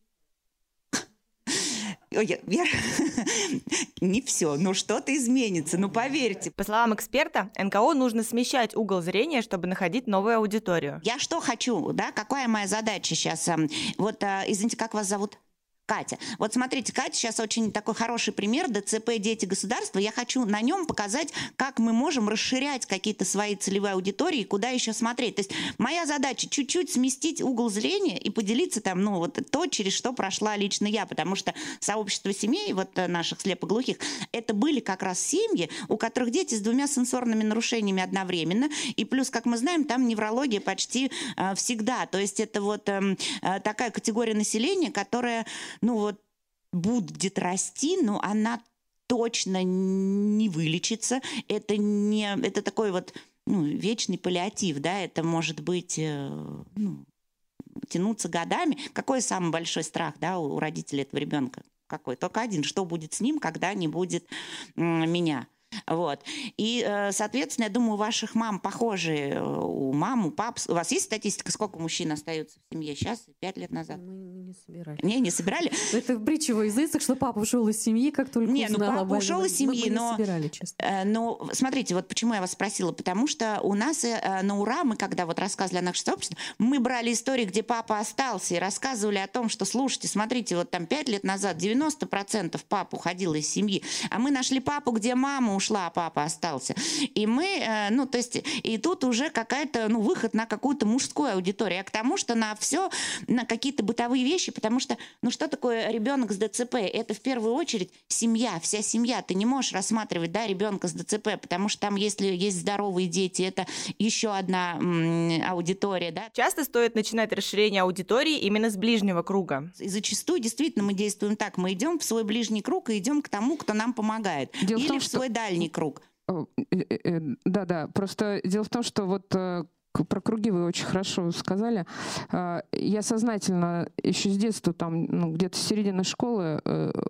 Не все, но что-то изменится, ну поверьте. По словам эксперта, НКО нужно смещать угол зрения, чтобы находить новую аудиторию. Я что хочу, да, какая моя задача сейчас? Вот, извините, как вас зовут? Катя. Вот смотрите, Катя сейчас очень такой хороший пример, ДЦП «Дети государства». Я хочу на нем показать, как мы можем расширять какие-то свои целевые аудитории, куда еще смотреть. То есть моя задача чуть-чуть сместить угол зрения и поделиться там, ну, вот то, через что прошла лично я, потому что сообщество семей, вот наших слепоглухих, это были как раз семьи, у которых дети с 2 сенсорными нарушениями одновременно, и плюс, как мы знаем, там неврология почти всегда. То есть это вот такая категория населения, которая, ну вот, будет расти, но она точно не вылечится. Это такой вот, ну, вечный паллиатив, да, это может быть, ну, тянуться годами. Какой самый большой страх, да, у родителей этого ребенка? Какой? Только один. Что будет с ним, когда не будет меня? Вот. И, соответственно, я думаю, у ваших мам похожие, у мам, у пап. У вас есть статистика, сколько мужчин остается в семье сейчас, 5 лет назад? Мы не собирали. Не собирали? Это притча во языцах, что папа ушел из семьи, как только узнал об этом. Папа ушел из семьи, но... не собирали, честно. Но, смотрите, вот почему я вас спросила. Потому что у нас на ура, мы когда вот рассказывали о нашем сообществе, мы брали истории, где папа остался, и рассказывали о том, что, слушайте, смотрите, вот там 5 лет назад 90% пап уходило из семьи, а мы нашли папу, где мама ушла, а папа остался. И мы, ну, то есть, и тут уже какая-то, ну, выход на какую-то мужскую аудиторию, а к тому, что на все, на какие-то бытовые вещи, потому что, ну, что такое ребенок с ДЦП? Это в первую очередь семья, вся семья. Ты не можешь рассматривать, да, ребенка с ДЦП, потому что там, если есть здоровые дети, это еще одна аудитория, да. Часто стоит начинать расширение аудитории именно с ближнего круга. И зачастую действительно мы действуем так. Мы идем в свой ближний круг и идем к тому, кто нам помогает. Или в свой дальний круг. Да, просто дело в том, что вот про круги вы очень хорошо сказали. Я сознательно еще с детства, там, ну, где-то с середины школы,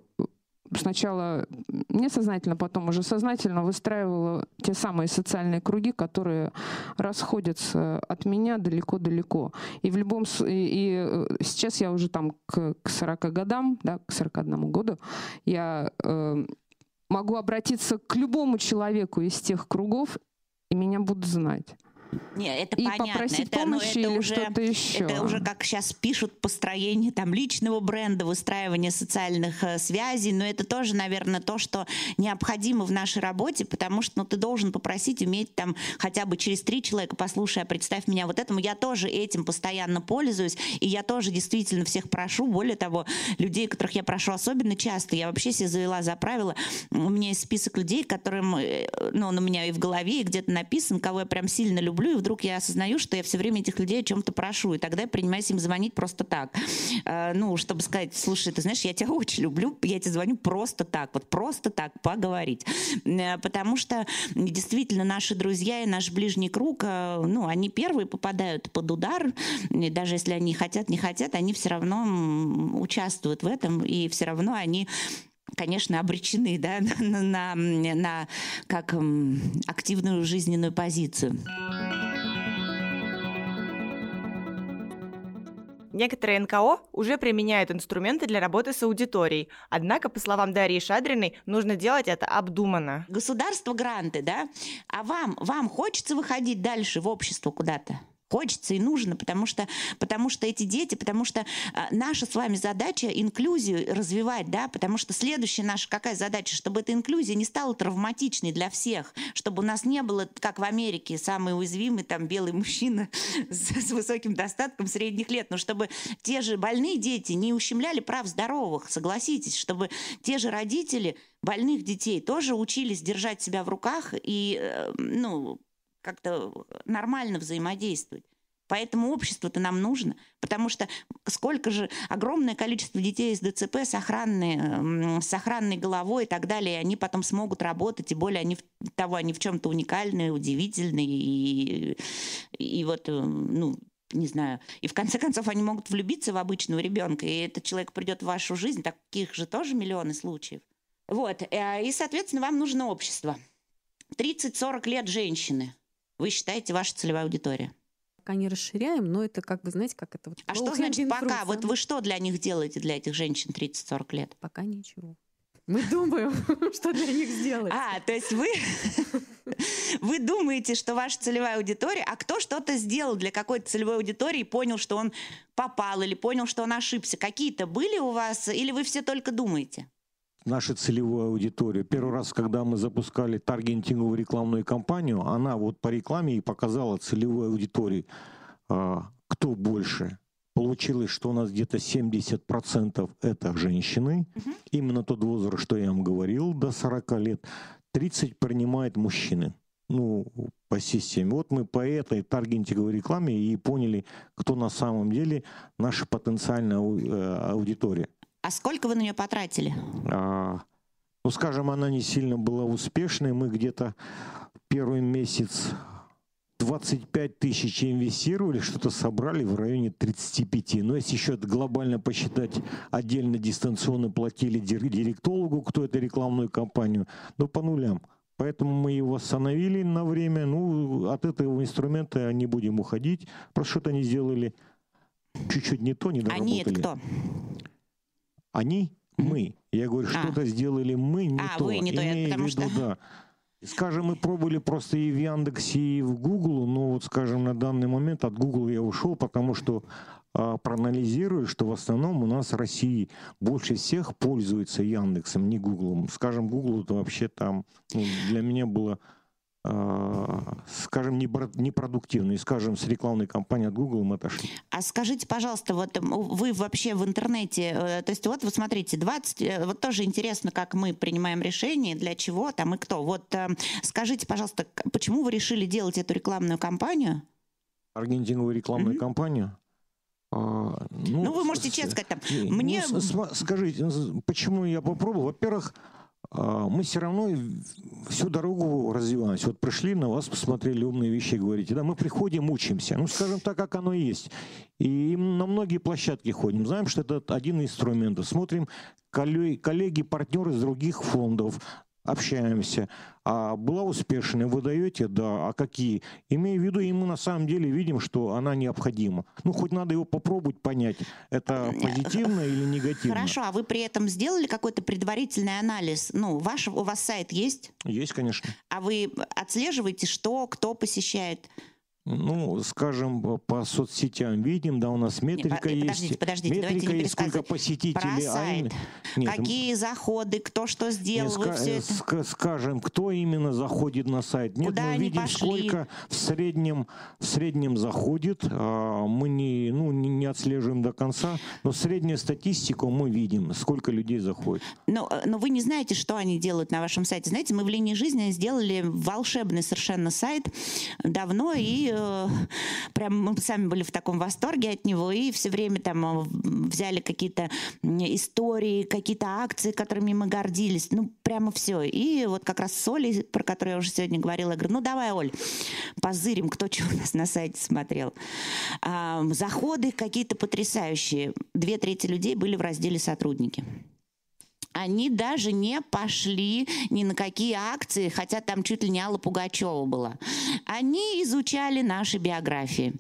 сначала несознательно, потом уже сознательно выстраивала те самые социальные круги, которые расходятся от меня далеко-далеко. И в любом и сейчас я уже там к 40 годам, да, к 41 году, я могу обратиться к любому человеку из тех кругов, и меня будут знать. Нет, это и понятно. Попросить помощи или что-то еще. Это уже, как сейчас пишут, построение там личного бренда, выстраивание социальных связей, но это тоже, наверное, то, что необходимо в нашей работе, потому что, ну, ты должен попросить, уметь там хотя бы через 3 человека, послушай, а представь меня вот этому. Я тоже этим постоянно пользуюсь, и я тоже действительно всех прошу. Более того, людей, которых я прошу особенно часто, я вообще себе завела за правило, у меня есть список людей, которым, ну, он у меня и в голове, и где-то написан, кого я прям сильно люблю, и вдруг я осознаю, что я все время этих людей о чем-то прошу, и тогда я принимаюсь им звонить просто так. Ну, чтобы сказать, слушай, ты знаешь, я тебя очень люблю, я тебе звоню просто так, вот просто так, поговорить. Потому что действительно наши друзья и наш ближний круг, ну, они первые попадают под удар, и даже если они хотят, не хотят, они все равно участвуют в этом, и все равно они, конечно, обречены, да, на как активную жизненную позицию. Некоторые НКО уже применяют инструменты для работы с аудиторией. Однако, по словам Дарьи Шадриной, нужно делать это обдуманно. Государство гранты, да? А вам хочется выходить дальше в общество куда-то? Хочется и нужно, потому что эти дети, потому что наша с вами задача инклюзию развивать, да, потому что следующая наша какая задача, чтобы эта инклюзия не стала травматичной для всех, чтобы у нас не было, как в Америке, самый уязвимый там белый мужчина с высоким достатком средних лет, но чтобы те же больные дети не ущемляли прав здоровых, согласитесь, чтобы те же родители больных детей тоже учились держать себя в руках и, ну, как-то нормально взаимодействовать. Поэтому общество-то нам нужно. потому что сколько же, огромное количество детей с ДЦП с охранной головой и так далее, и они потом смогут работать, тем более они в чем-то уникальные, удивительные, и вот, ну, не знаю, и в конце концов они могут влюбиться в обычного ребенка, и этот человек придет в вашу жизнь, таких же тоже миллионы случаев. Вот, и, соответственно, вам нужно общество. 30-40 лет женщины. Вы считаете, ваша целевая аудитория? Пока не расширяем, но это как бы, знаете, как это вот... А что значит пока? Вот вы что для них делаете, для этих женщин 30-40 лет? Пока ничего. Мы думаем, что для них сделать. То есть вы думаете, что ваша целевая аудитория, а кто что-то сделал для какой-то целевой аудитории, понял, что он попал или понял, что он ошибся? Какие-то были у вас или вы все только думаете? Наша целевая аудитория. Первый раз, когда мы запускали таргетинговую рекламную кампанию, она вот по рекламе и показала целевой аудитории, кто больше. Получилось, что у нас где-то 70% это женщины, именно тот возраст, что я вам говорил, до 40 лет, 30 принимают мужчины. Ну, по системе. Вот мы по этой таргетинговой рекламе и поняли, кто на самом деле наша потенциальная аудитория. А сколько вы на нее потратили? Ну, скажем, она не сильно была успешной. Мы где-то первый месяц 25 тысяч инвестировали, что-то собрали в районе 35. Но если еще это глобально посчитать, отдельно дистанционно платили директологу, кто эту рекламную кампанию, но по нулям. Поэтому мы его остановили на время. Ну, от этого инструмента не будем уходить. Просто что-то они сделали чуть-чуть не то, не доработали. Они это кто? Они? Мы. Я говорю, что-то сделали мы не то. Вы не то, потому что... Да. Скажем, мы пробовали просто и в Яндексе, и в Google, но вот, скажем, на данный момент от Google я ушел, потому что проанализирую, что в основном у нас в России больше всех пользуется Яндексом, не Google. Скажем, Google это вообще там для меня было, скажем, непродуктивно. И, скажем, с рекламной кампанией от Google мы отошли. А скажите, пожалуйста, вот вы вообще в интернете, то есть вот вы смотрите, вот тоже интересно, как мы принимаем решения, для чего там и кто. Вот скажите, пожалуйста, почему вы решили делать эту рекламную кампанию? Таргетинговую рекламную кампанию? Вы можете честно сказать, там, мне... Скажите, почему я попробовал? Во-первых, мы все равно всю дорогу развиваемся. Вот пришли, на вас посмотрели, умные вещи говорите. Да, мы приходим, учимся. Ну, скажем так, как оно и есть. И на многие площадки ходим. Знаем, что это один из инструментов. Смотрим коллеги, партнеры из других фондов. Общаемся. А была успешная, вы даете, да, а какие? Имея в виду, и мы на самом деле видим, что она необходима. Ну, хоть надо его попробовать понять, это позитивно или негативно. Хорошо, а вы при этом сделали какой-то предварительный анализ? Ну, у вас сайт есть? Есть, конечно. А вы отслеживаете, кто посещает? Ну, скажем, по соцсетям видим, да, у нас метрика есть. Подождите, метрика есть, сколько посетителей. Про сайт. Какие заходы, кто что сделал, вы все это... Скажем, кто именно заходит на сайт. Нет, куда мы видим, пошли? Сколько в среднем заходит. Мы не отслеживаем до конца, но среднюю статистику мы видим, сколько людей заходит. Но вы не знаете, что они делают на вашем сайте. Знаете, мы в «Линии жизни» сделали волшебный совершенно сайт давно, и прям мы сами были в таком восторге от него, и все время там взяли какие-то истории, какие-то акции, которыми мы гордились, ну прямо все. И вот как раз с Олей, про которую я уже сегодня говорила, я говорю, ну давай, Оль, позырим, кто что у нас на сайте смотрел. Заходы какие-то потрясающие. 2/3 людей были в разделе «Сотрудники». Они даже не пошли ни на какие акции, хотя там чуть ли не Алла Пугачева была. Они изучали наши биографии.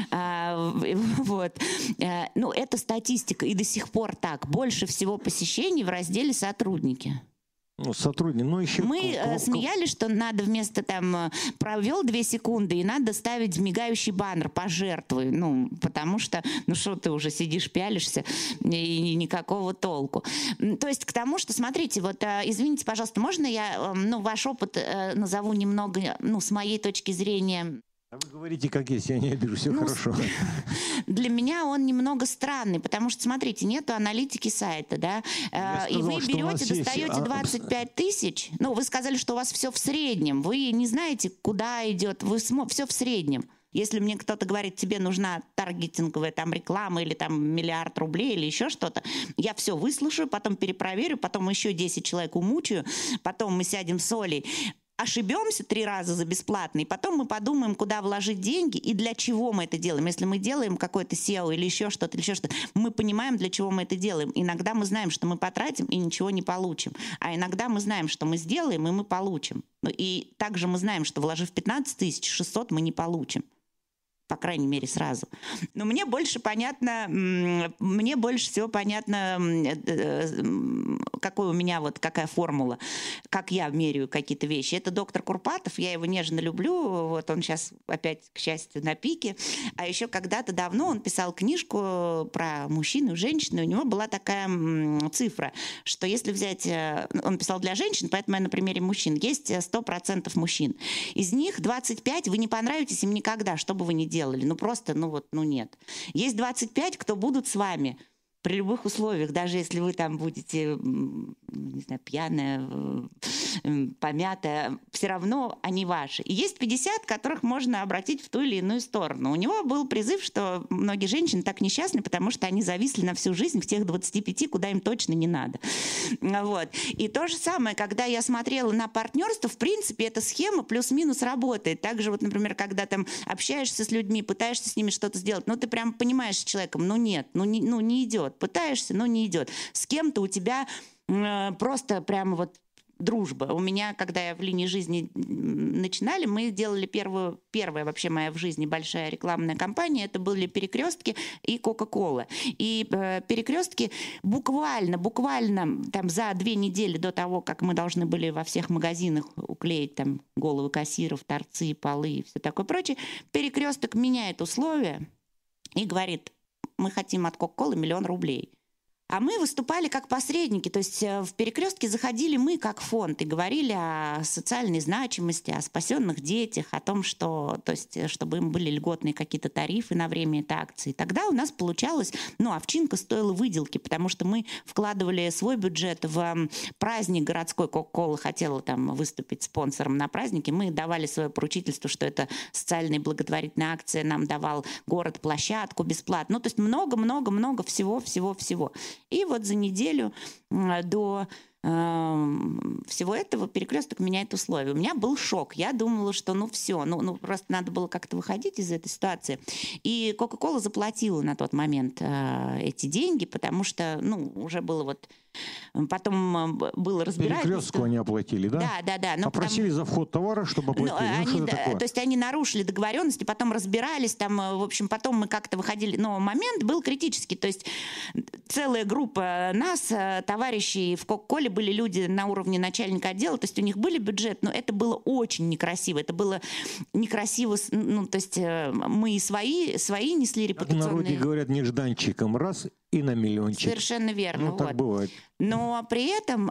Вот. Ну, это статистика, и до сих пор так. Больше всего посещений в разделе «Сотрудники». Ну, сотрудник, но еще... Мы смеялись, что надо вместо там провел 2 секунды, и надо ставить мигающий баннер «Пожертвуй». Ну, потому что, ну что ты уже сидишь, пялишься, и никакого толку. То есть к тому, что, смотрите, вот, извините, пожалуйста, можно я, ваш опыт назову немного, с моей точки зрения... А вы говорите, как есть, я не обижу, все хорошо. Для меня он немного странный, потому что, смотрите, нету аналитики сайта, да, и вы берете, достаете 25 тысяч, вы сказали, что у вас все в среднем, вы не знаете, куда идет, вы все в среднем. Если мне кто-то говорит, тебе нужна таргетинговая там реклама или там 1 миллиард рублей или еще что-то, я все выслушаю, потом перепроверю, потом еще 10 человек умучаю, потом мы сядем с Олей, ошибемся 3 раза за бесплатно, и потом мы подумаем, куда вложить деньги и для чего мы это делаем. Если мы делаем какой-то SEO или еще что-то, мы понимаем, для чего мы это делаем. Иногда мы знаем, что мы потратим и ничего не получим. А иногда мы знаем, что мы сделаем, и мы получим. И также мы знаем, что вложив 15 600, мы не получим. По крайней мере, сразу. Но мне больше всего понятно, какой у меня какая формула, как я меряю какие-то вещи. Это доктор Курпатов, я его нежно люблю, вот он сейчас опять, к счастью, на пике. А еще когда-то давно он писал книжку про мужчину и женщину, и у него была такая цифра, что если взять, он писал для женщин, поэтому я на примере мужчин, есть 100% мужчин. Из них 25 вы не понравитесь им никогда, что бы вы ни делали. Нет. Есть 25, кто будут с вами при любых условиях, даже если вы там будете, не знаю, пьяная, помятая, все равно они ваши. И есть 50, которых можно обратить в ту или иную сторону. У него был призыв, что многие женщины так несчастны, потому что они зависли на всю жизнь в тех 25, куда им точно не надо. Вот. И то же самое, когда я смотрела на партнерство, в принципе, эта схема плюс-минус работает. Также, например, когда там общаешься с людьми, пытаешься с ними что-то сделать, ты прям понимаешь с человеком, не идет. Пытаешься, но не идет. С кем-то у тебя просто прямо дружба. У меня, когда я в линии жизни начинали, мы делали первая вообще моя в жизни большая рекламная кампания. Это были «Перекрестки» и «Кока-кола». И «Перекрестки» буквально там за 2 недели до того, как мы должны были во всех магазинах уклеить там головы кассиров, торцы, полы и все такое прочее, «Перекресток» меняет условия и говорит: мы хотим от Кока-колы 1 000 000 рублей. А мы выступали как посредники, то есть в «Перекрестке» заходили мы как фонд и говорили о социальной значимости, о спасенных детях, о том, что, то есть, чтобы им были льготные какие-то тарифы на время этой акции. Тогда у нас получалось, овчинка стоила выделки, потому что мы вкладывали свой бюджет в праздник городской. Кока-кола хотела там выступить спонсором на празднике, мы давали свое поручительство, что это социальная благотворительная акция, нам давал город площадку бесплатно. То есть много-много-много всего. И за неделю до всего этого «Перекресток» меняет условия. У меня был шок. Я думала, что все, просто надо было как-то выходить из этой ситуации. И Coca-Cola заплатила на тот момент эти деньги, потому что, уже было потом было разбирательство. «Перекрестку» они оплатили, да? Да. Попросили за вход товара, чтобы оплатили. То есть они нарушили договоренности, потом разбирались, потом мы как-то выходили. Но момент был критический. То есть целая группа нас, товарищей в Кока-Коле, были люди на уровне начальника отдела, то есть у них были бюджет, но это было очень некрасиво. Это было некрасиво, то есть мы свои несли репутационные... Как в народе говорят, нежданчиком раз и на миллиончик. Совершенно верно. Так бывает. Но при этом,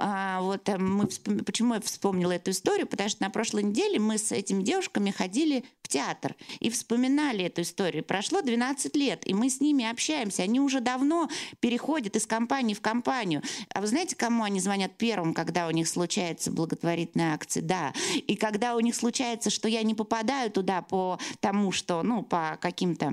почему я вспомнила эту историю, потому что на прошлой неделе мы с этими девушками ходили в театр и вспоминали эту историю. Прошло 12 лет, и мы с ними общаемся. Они уже давно переходят из компании в компанию. А вы знаете, кому они звонят первым, когда у них случается благотворительная акция? Да. И когда у них случается, что я не попадаю туда по тому, что, по каким-то...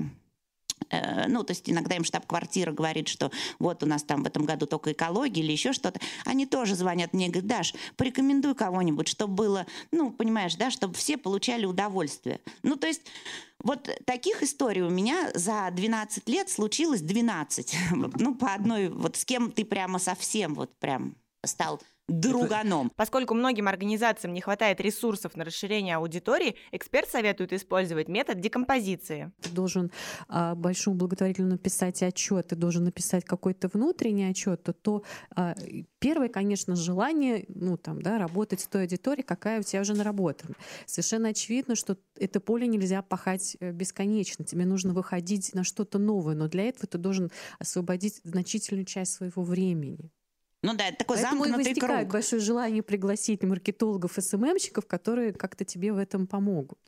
то есть иногда им штаб-квартира говорит, что вот у нас там в этом году только экология или еще что-то. Они тоже звонят мне и говорят: Даш, порекомендуй кого-нибудь, чтобы было, понимаешь, да, чтобы все получали удовольствие. То есть таких историй у меня за 12 лет случилось 12. По одной, с кем ты прямо совсем прям стал друганом. Поскольку многим организациям не хватает ресурсов на расширение аудитории, эксперт советует использовать метод декомпозиции. Ты должен большую благотворительную писать отчет, ты должен написать какой-то внутренний отчет, то первое, конечно, желание работать с той аудиторией, какая у тебя уже наработана. Совершенно очевидно, что это поле нельзя пахать бесконечно. Тебе нужно выходить на что-то новое, но для этого ты должен освободить значительную часть своего времени. Это такой Поэтому замкнутый и возникает круг. Большое желание пригласить маркетологов, СММщиков, которые как-то тебе в этом помогут.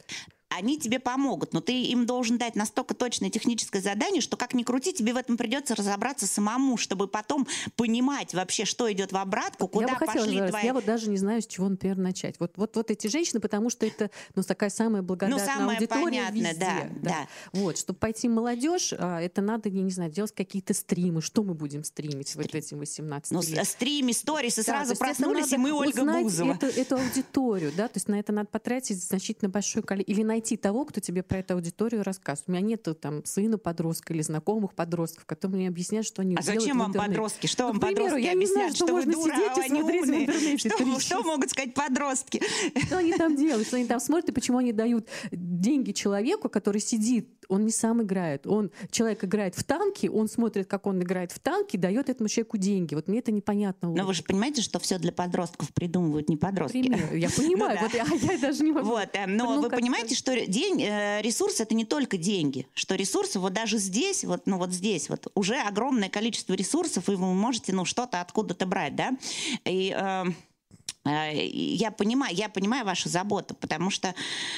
они тебе помогут, но ты им должен дать настолько точное техническое задание, что как ни крути, тебе в этом придется разобраться самому, чтобы потом понимать вообще, что идет в обратку, куда пошли твои... Я вот даже не знаю, с чего, например, начать. Вот эти женщины, потому что это такая самая благодатная аудитория понятная, везде. Да. Вот, чтобы пойти молодежь, это надо, я не знаю, делать какие-то стримы. Что мы будем стримить вот этим 18 лет? Стримы, сторисы, сразу проснулись, и мы Ольга Бузова. Эту аудиторию, да, то есть на это надо потратить значительно большое количество, или найти того, кто тебе про эту аудиторию рассказывает. У меня нету там сына подростка или знакомых подростков, которые мне объясняют, что они делают в интернете. А зачем вам подростки? Что вам подростки объясняют? Что вы дура, а они умные? Что могут сказать подростки? Что они там делают? Что они там смотрят, и почему они дают деньги человеку, который сидит, он не сам играет. Человек играет в танки, он смотрит, как он играет в танки, дает этому человеку деньги. Вот мне это непонятно. Но вы же понимаете, что все для подростков придумывают не подростки. Я понимаю, я даже не могу. Но вы понимаете, что ресурс — это не только деньги, что ресурсы вот даже здесь, здесь уже огромное количество ресурсов, и вы можете что-то откуда-то брать, да? И я понимаю вашу заботу, потому что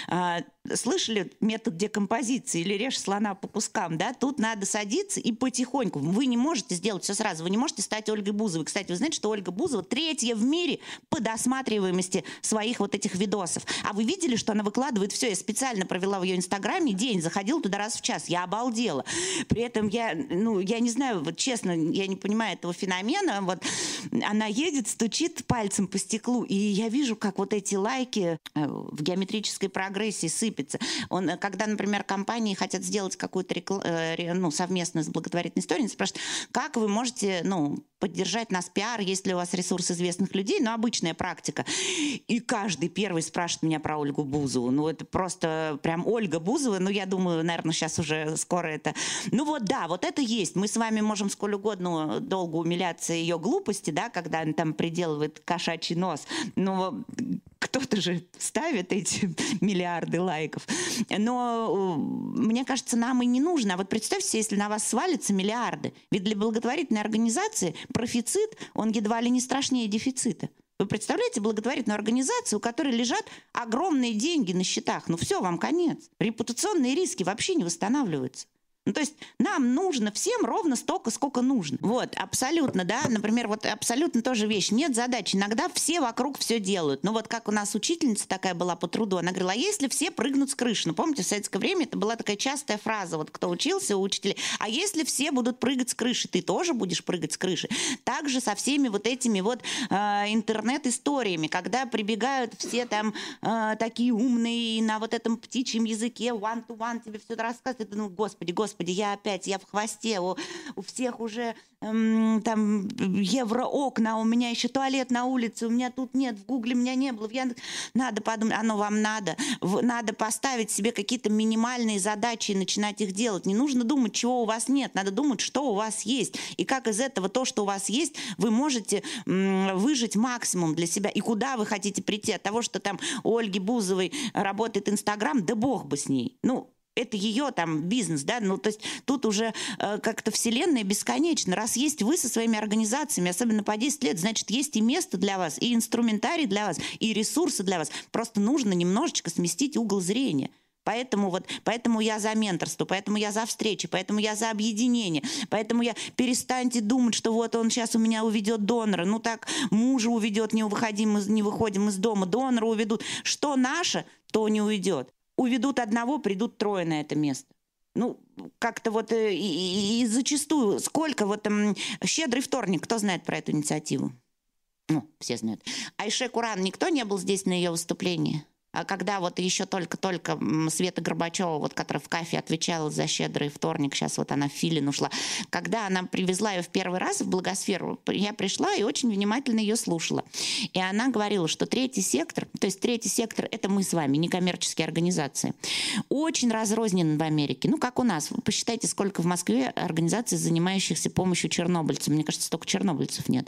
слышали метод декомпозиции или режь слона по кускам, да? Тут надо садиться и потихоньку. Вы не можете сделать все сразу, вы не можете стать Ольгой Бузовой. Кстати, вы знаете, что Ольга Бузова 3-я в мире по досматриваемости своих вот этих видосов. А вы видели, что она выкладывает все? Я специально провела в ее инстаграме день, заходила туда раз в час, я обалдела. При этом я не знаю, честно, я не понимаю этого феномена. Она едет, стучит пальцем по стеклу, и я вижу, как вот эти лайки в геометрической прогрессии сыпятся. Когда, например, компании хотят сделать какую-то совместную с благотворительной историей, они спрашивают, как вы можете поддержать нас пиар, есть ли у вас ресурс известных людей, обычная практика. И каждый первый спрашивает меня про Ольгу Бузову. Это просто прям Ольга Бузова, я думаю, наверное, сейчас уже скоро это... вот это есть. Мы с вами можем сколь угодно долго умиляться ее глупости, да, когда она там приделывает кошачий нос. Но кто-то же ставит эти миллиарды лайков. Но мне кажется, нам и не нужно. А вот представьте себе, если на вас свалятся миллиарды. Ведь для благотворительной организации профицит, он едва ли не страшнее дефицита. Вы представляете благотворительную организацию, у которой лежат огромные деньги на счетах? Все, вам конец. Репутационные риски вообще не восстанавливаются. То есть нам нужно всем ровно столько, сколько нужно. Абсолютно, да. Например, абсолютно тоже вещь. Нет задачи. Иногда все вокруг все делают. Как у нас учительница такая была по труду, она говорила, а если все прыгнут с крыши? Помните, в советское время это была такая частая фраза, кто учился у учителей, а если все будут прыгать с крыши, ты тоже будешь прыгать с крыши. Также со всеми этими интернет-историями, когда прибегают все там такие умные на этом птичьем языке, one-to-one тебе все это рассказывают. Господи, я в хвосте, у всех уже там евроокна, у меня еще туалет на улице, у меня тут нет, в Гугле меня не было, надо подумать, оно вам надо поставить себе какие-то минимальные задачи и начинать их делать. Не нужно думать, чего у вас нет, надо думать, что у вас есть, и как из этого то, что у вас есть, вы можете выжить максимум для себя, и куда вы хотите прийти. От того, что там у Ольги Бузовой работает Инстаграм, да бог бы с ней. Это ее бизнес, да, то есть тут уже как-то вселенная бесконечна. Раз есть вы со своими организациями, особенно по 10 лет, значит, есть и место для вас, и инструментарий для вас, и ресурсы для вас. Просто нужно немножечко сместить угол зрения. Поэтому я за менторство, поэтому я за встречи, поэтому я за объединение, поэтому перестаньте думать, что он сейчас у меня уведет донора. Так мужа уведет, не выходим из дома, донора уведут. Что наше, то не уйдет. Уведут одного, придут 3 на это место. Как-то и зачастую, сколько «Щедрый вторник», кто знает про эту инициативу? Все знают. Айше Куран, никто не был здесь на ее выступлении? А когда еще только-только Света Горбачева, которая в КАФе отвечала за «Щедрый вторник», сейчас она в Филин ушла, когда она привезла ее в первый раз в Благосферу, я пришла и очень внимательно ее слушала. И она говорила, что третий сектор — это мы с вами, некоммерческие организации, очень разрознен в Америке. Как у нас. Вы посчитайте, сколько в Москве организаций, занимающихся помощью чернобыльцам. Мне кажется, столько чернобыльцев нет.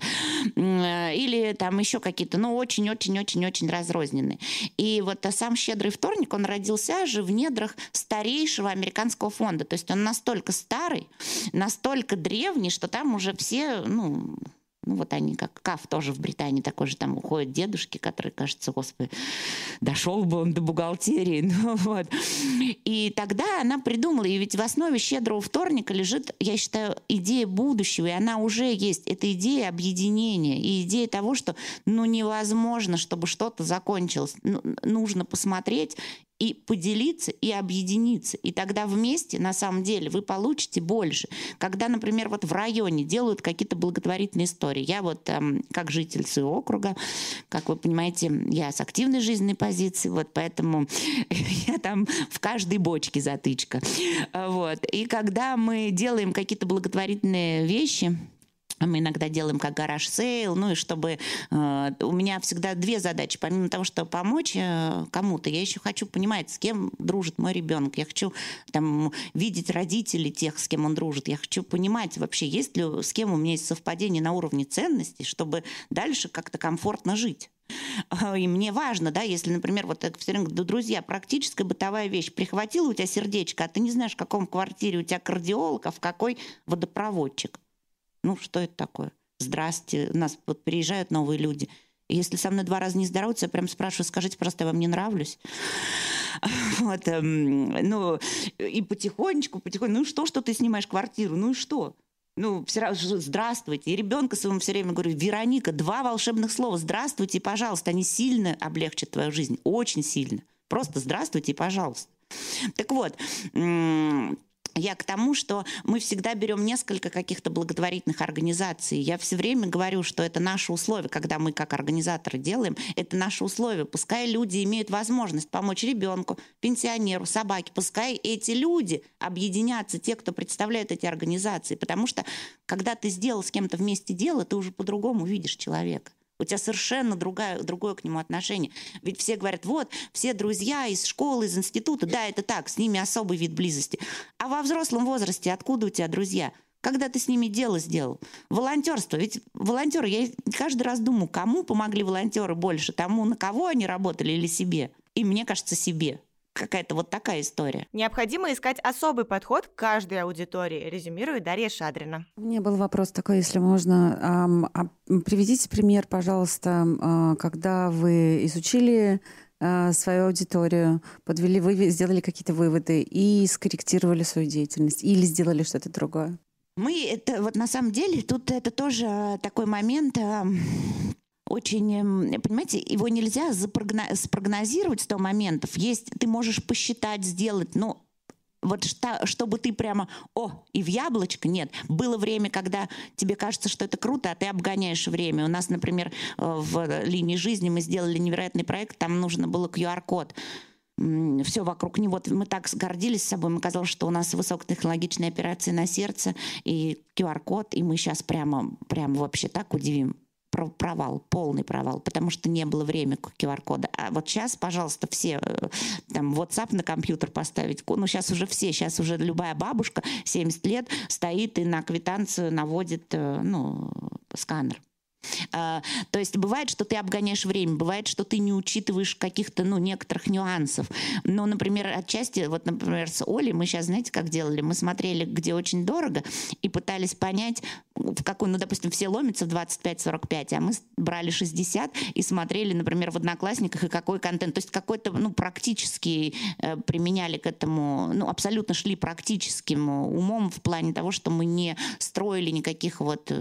Или там еще какие-то, очень-очень-очень-очень разрозненные. И сам «Щедрый вторник», он родился же в недрах старейшего американского фонда. То есть он настолько старый, настолько древний, что там уже все, Ну, вот они, как КАФ тоже в Британии, такой же там уходят дедушки, которые, кажется, господи, дошел бы он до бухгалтерии. Ну, вот. И тогда она придумала, и ведь в основе «Щедрого вторника» лежит, я считаю, идея будущего, и она уже есть. Это идея объединения, и идея того, что невозможно, чтобы что-то закончилось. Нужно посмотреть и поделиться, и объединиться. И тогда вместе, на самом деле, вы получите больше. Когда, например, вот в районе делают какие-то благотворительные истории. Я вот как житель своего округа, как вы понимаете, я с активной жизненной позиции, вот поэтому я там в каждой бочке затычка. Вот. И когда мы делаем какие-то благотворительные вещи, мы иногда делаем как гараж-сейл, ну и чтобы... у меня всегда две задачи. Помимо того, чтобы помочь кому-то, я еще хочу понимать, с кем дружит мой ребенок. Я хочу там видеть родителей тех, с кем он дружит. Я хочу понимать вообще, есть ли с кем у меня есть совпадение на уровне ценностей, чтобы дальше как-то комфортно жить. И мне важно, да, если, например, вот все время, друзья, практическая бытовая вещь. Прихватила у тебя сердечко, а ты не знаешь, в каком квартире у тебя кардиолог, а в какой водопроводчик. Ну, что это такое? Здрасте, у нас вот приезжают новые люди. И если со мной 2 раза не здороваются, я прям спрашиваю, скажите, просто я вам не нравлюсь? Вот, ну, и потихонечку, ну, что ты снимаешь квартиру? Ну, и что? Ну, сразу же здравствуйте. И ребенка своему все время говорю: Вероника, 2 волшебных слова. Здравствуйте и пожалуйста. Они сильно облегчат твою жизнь. Очень сильно. Просто здравствуйте и пожалуйста. Так вот, я к тому, что мы всегда берем несколько каких-то благотворительных организаций. Я все время говорю, что это наши условия, когда мы как организаторы делаем, это наши условия. Пускай люди имеют возможность помочь ребенку, пенсионеру, собаке. Пускай эти люди объединятся, те, кто представляет эти организации. Потому что, когда ты сделал с кем-то вместе дело, ты уже по-другому видишь человека. У тебя совершенно другое к нему отношение. Ведь все говорят, вот, все друзья из школы, из института, да, это так, с ними особый вид близости. А во взрослом возрасте откуда у тебя друзья? Когда ты с ними дело сделал? Волонтерство. Ведь волонтеры, я каждый раз думаю, кому помогли волонтеры больше? Тому, на кого они работали, или себе? И мне кажется, себе. Какая-то вот такая история. Необходимо искать особый подход к каждой аудитории, резюмирует Дарья Шадрина. У меня был вопрос такой, если можно. Приведите пример, пожалуйста, когда вы изучили свою аудиторию, вы сделали какие-то выводы и скорректировали свою деятельность, или сделали что-то другое. Это вот на самом деле, тут это тоже такой момент... Очень, понимаете, его нельзя спрогнозировать 100 моментов. Ты можешь посчитать, сделать, но вот чтобы ты прямо, и в яблочко, нет. Было время, когда тебе кажется, что это круто, а ты обгоняешь время. У нас, например, в линии жизни мы сделали невероятный проект, там нужно было QR-код. Все вокруг него. Мы так гордились собой. Мы казалось, что у нас высокотехнологичные операции на сердце и QR-код, и мы сейчас прямо вообще так удивим. Провал, полный провал, потому что не было времени QR-кода. А вот сейчас, пожалуйста, все там WhatsApp на компьютер поставить. Ну, сейчас уже любая бабушка 70 лет стоит и на квитанцию наводит, сканер. То есть бывает, что ты обгоняешь время, бывает, что ты не учитываешь каких-то, некоторых нюансов. Но, например, отчасти, например, с Олей мы сейчас, знаете, как делали? Мы смотрели, где очень дорого, и пытались понять, в какой, допустим, все ломятся в 25-45, а мы брали 60 и смотрели, например, в Одноклассниках, и какой контент. То есть какой-то, практически применяли к этому, абсолютно шли практическим умом в плане того, что мы не строили никаких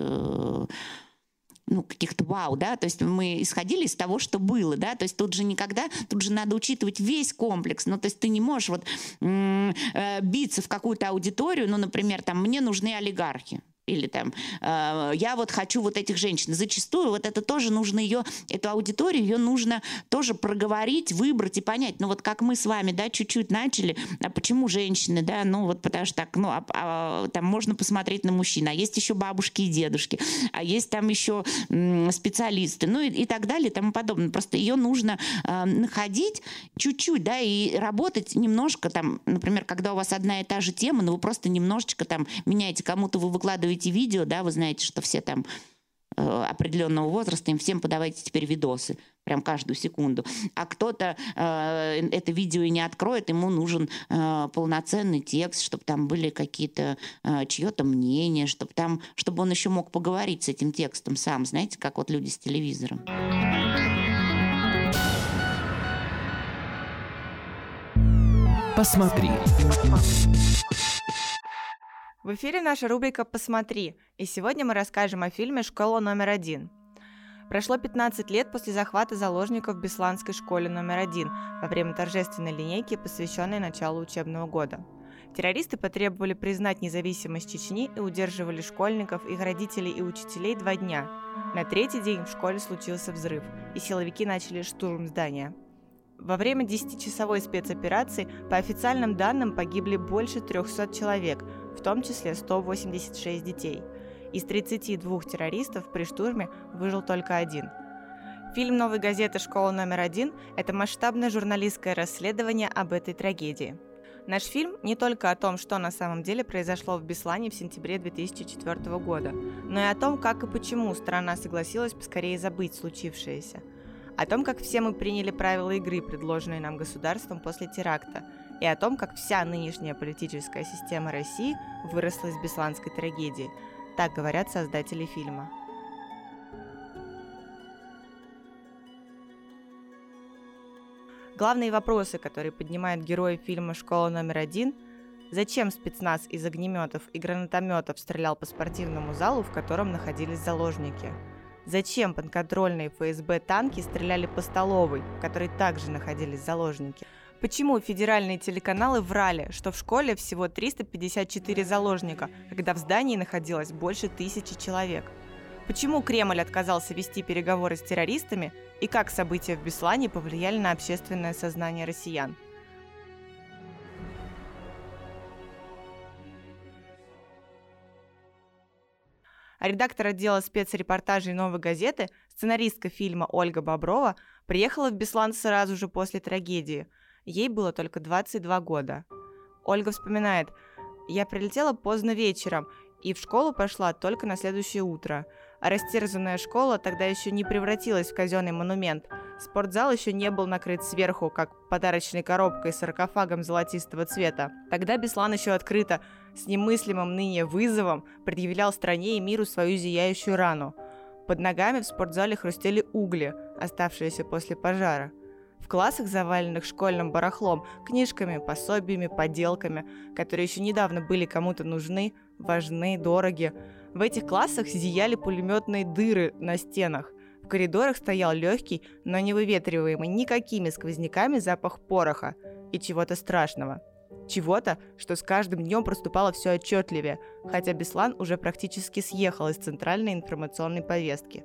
каких-то вау, да, то есть мы исходили из того, что было, да, то есть тут же надо учитывать весь комплекс, то есть ты не можешь биться в какую-то аудиторию, например, там, мне нужны олигархи. Или там, я хочу этих женщин. Зачастую это тоже нужно эту аудиторию, ее нужно тоже проговорить, выбрать и понять. Как мы с вами, да, чуть-чуть начали, а почему женщины, да, потому что так, там можно посмотреть на мужчин, а есть еще бабушки и дедушки, а есть там еще специалисты, и так далее, и тому подобное. Просто ее нужно находить чуть-чуть, да, и работать немножко там, например, когда у вас одна и та же тема, вы просто немножечко там меняете, кому-то вы выкладываете видео, да, вы знаете, что все там определенного возраста, им всем подавайте теперь видосы, прям каждую секунду. А кто-то это видео и не откроет, ему нужен полноценный текст, чтобы там были какие-то чье-то мнение, чтобы он еще мог поговорить с этим текстом сам, знаете, как вот люди с телевизором. Посмотри. В эфире наша рубрика «Посмотри», и сегодня мы расскажем о фильме «Школа номер 1». Прошло 15 лет после захвата заложников в Бесланской школе номер 1 во время торжественной линейки, посвященной началу учебного года. Террористы потребовали признать независимость Чечни и удерживали школьников, их родителей и учителей 2 дня. На 3-й день в школе случился взрыв, и силовики начали штурм здания. Во время 10-часовой спецоперации, по официальным данным, погибли больше 300 человек, в том числе 186 детей. Из 32 террористов при штурме выжил только 1. Фильм «Новой газеты. Школа номер 1» – это масштабное журналистское расследование об этой трагедии. Наш фильм не только о том, что на самом деле произошло в Беслане в сентябре 2004 года, но и о том, как и почему страна согласилась поскорее забыть случившееся. О том, как все мы приняли правила игры, предложенные нам государством после теракта, и о том, как вся нынешняя политическая система России выросла из бесланской трагедии. Так говорят создатели фильма. Главные вопросы, которые поднимают герои фильма «Школа номер 1», зачем спецназ из огнеметов и гранатометов стрелял по спортивному залу, в котором находились заложники? Зачем подконтрольные ФСБ танки стреляли по столовой, в которой также находились заложники? Почему федеральные телеканалы врали, что в школе всего 354 заложника, когда в здании находилось больше 1000 человек? Почему Кремль отказался вести переговоры с террористами и как события в Беслане повлияли на общественное сознание россиян? А редактор отдела спецрепортажей «Новой газеты», сценаристка фильма Ольга Боброва, приехала в Беслан сразу же после трагедии. Ей было только 22 года. Ольга вспоминает: «Я прилетела поздно вечером и в школу пошла только на следующее утро. А растерзанная школа тогда еще не превратилась в казенный монумент. Спортзал еще не был накрыт сверху, как подарочной коробкой с саркофагом золотистого цвета. Тогда Беслан еще открыто, с немыслимым ныне вызовом, предъявлял стране и миру свою зияющую рану. Под ногами в спортзале хрустели угли, оставшиеся после пожара. В классах, заваленных школьным барахлом, книжками, пособиями, поделками, которые еще недавно были кому-то нужны, важны, дороги, в этих классах зияли пулеметные дыры на стенах. В коридорах стоял легкий, но не выветриваемый никакими сквозняками запах пороха и чего-то страшного. Чего-то, что с каждым днем проступало все отчетливее, хотя Беслан уже практически съехал из центральной информационной повестки.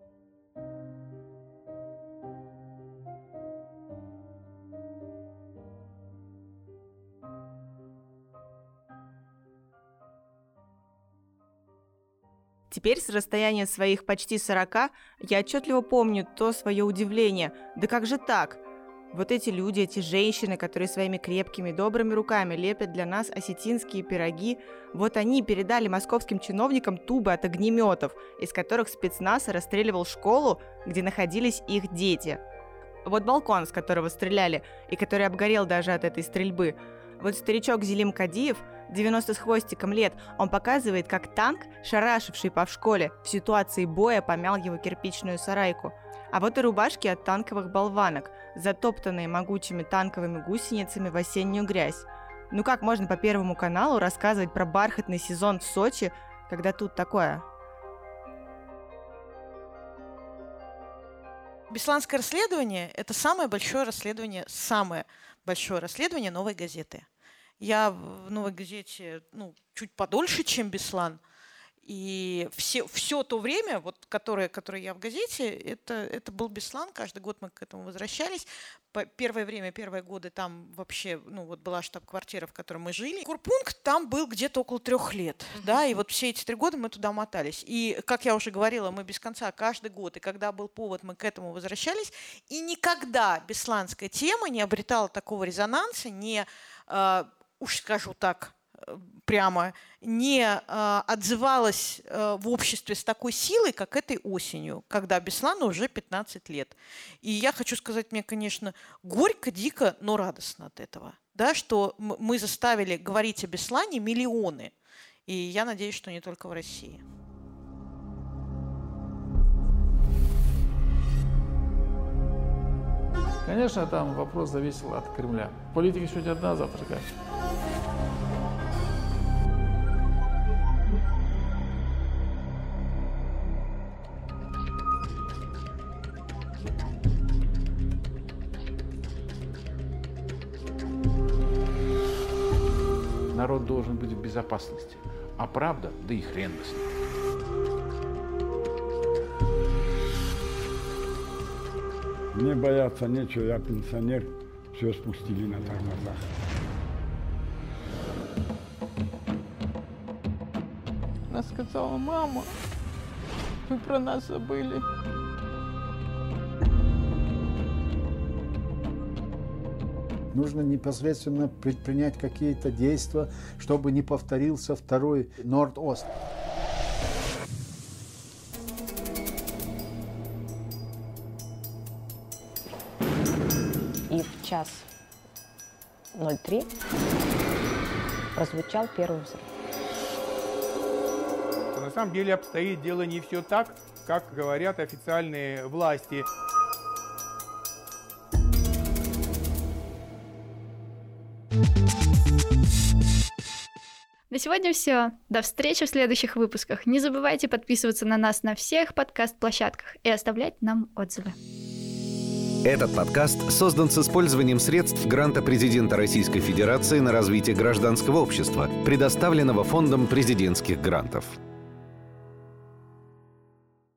Теперь, с расстояния своих почти 40, я отчетливо помню то свое удивление. Да как же так? Вот эти люди, эти женщины, которые своими крепкими, добрыми руками лепят для нас осетинские пироги, вот они передали московским чиновникам тубы от огнеметов, из которых спецназ расстреливал школу, где находились их дети. Вот балкон, с которого стреляли, и который обгорел даже от этой стрельбы. Вот старичок Зелим Кадиев, 90 с хвостиком лет, он показывает, как танк, шарашивший по школе, в ситуации боя помял его кирпичную сарайку. А вот и рубашки от танковых болванок, затоптанные могучими танковыми гусеницами в осеннюю грязь. Ну как можно по Первому каналу рассказывать про бархатный сезон в Сочи, когда тут такое? Бесланское расследование – это самое большое расследование «Новой газеты». Я в «Новой газете» чуть подольше, чем Беслан. И все то время, которое я в газете, это был Беслан. Каждый год мы к этому возвращались. Первые годы там вообще была штаб-квартира, в которой мы жили. Курпункт там был где-то около 3 лет. Да, и вот все эти 3 года мы туда мотались. И, как я уже говорила, мы без конца каждый год, и когда был повод, мы к этому возвращались. И никогда бесланская тема не обретала такого резонанса, уж скажу так, прямо не отзывалась в обществе с такой силой, как этой осенью, когда Беслану уже 15 лет. И я хочу сказать, мне, конечно, горько, дико, но радостно от этого, да, что мы заставили говорить о Беслане миллионы. И я надеюсь, что не только в России. Конечно, там вопрос зависел от Кремля. Политика сегодня одна, завтра другая. Народ должен быть в безопасности. А правда, да и хрен бы с ним. Мне бояться нечего, я пенсионер, все спустили на тормозах. Она сказала: мама, вы про нас забыли. Нужно непосредственно предпринять какие-то действия, чтобы не повторился второй Норд-Ост. И в час 03 прозвучал первый взрыв. На самом деле обстоит дело не все так, как говорят официальные власти. На сегодня все. До встречи в следующих выпусках. Не забывайте подписываться на нас на всех подкаст-площадках и оставлять нам отзывы. Этот подкаст создан с использованием средств гранта президента Российской Федерации на развитие гражданского общества, предоставленного Фондом президентских грантов.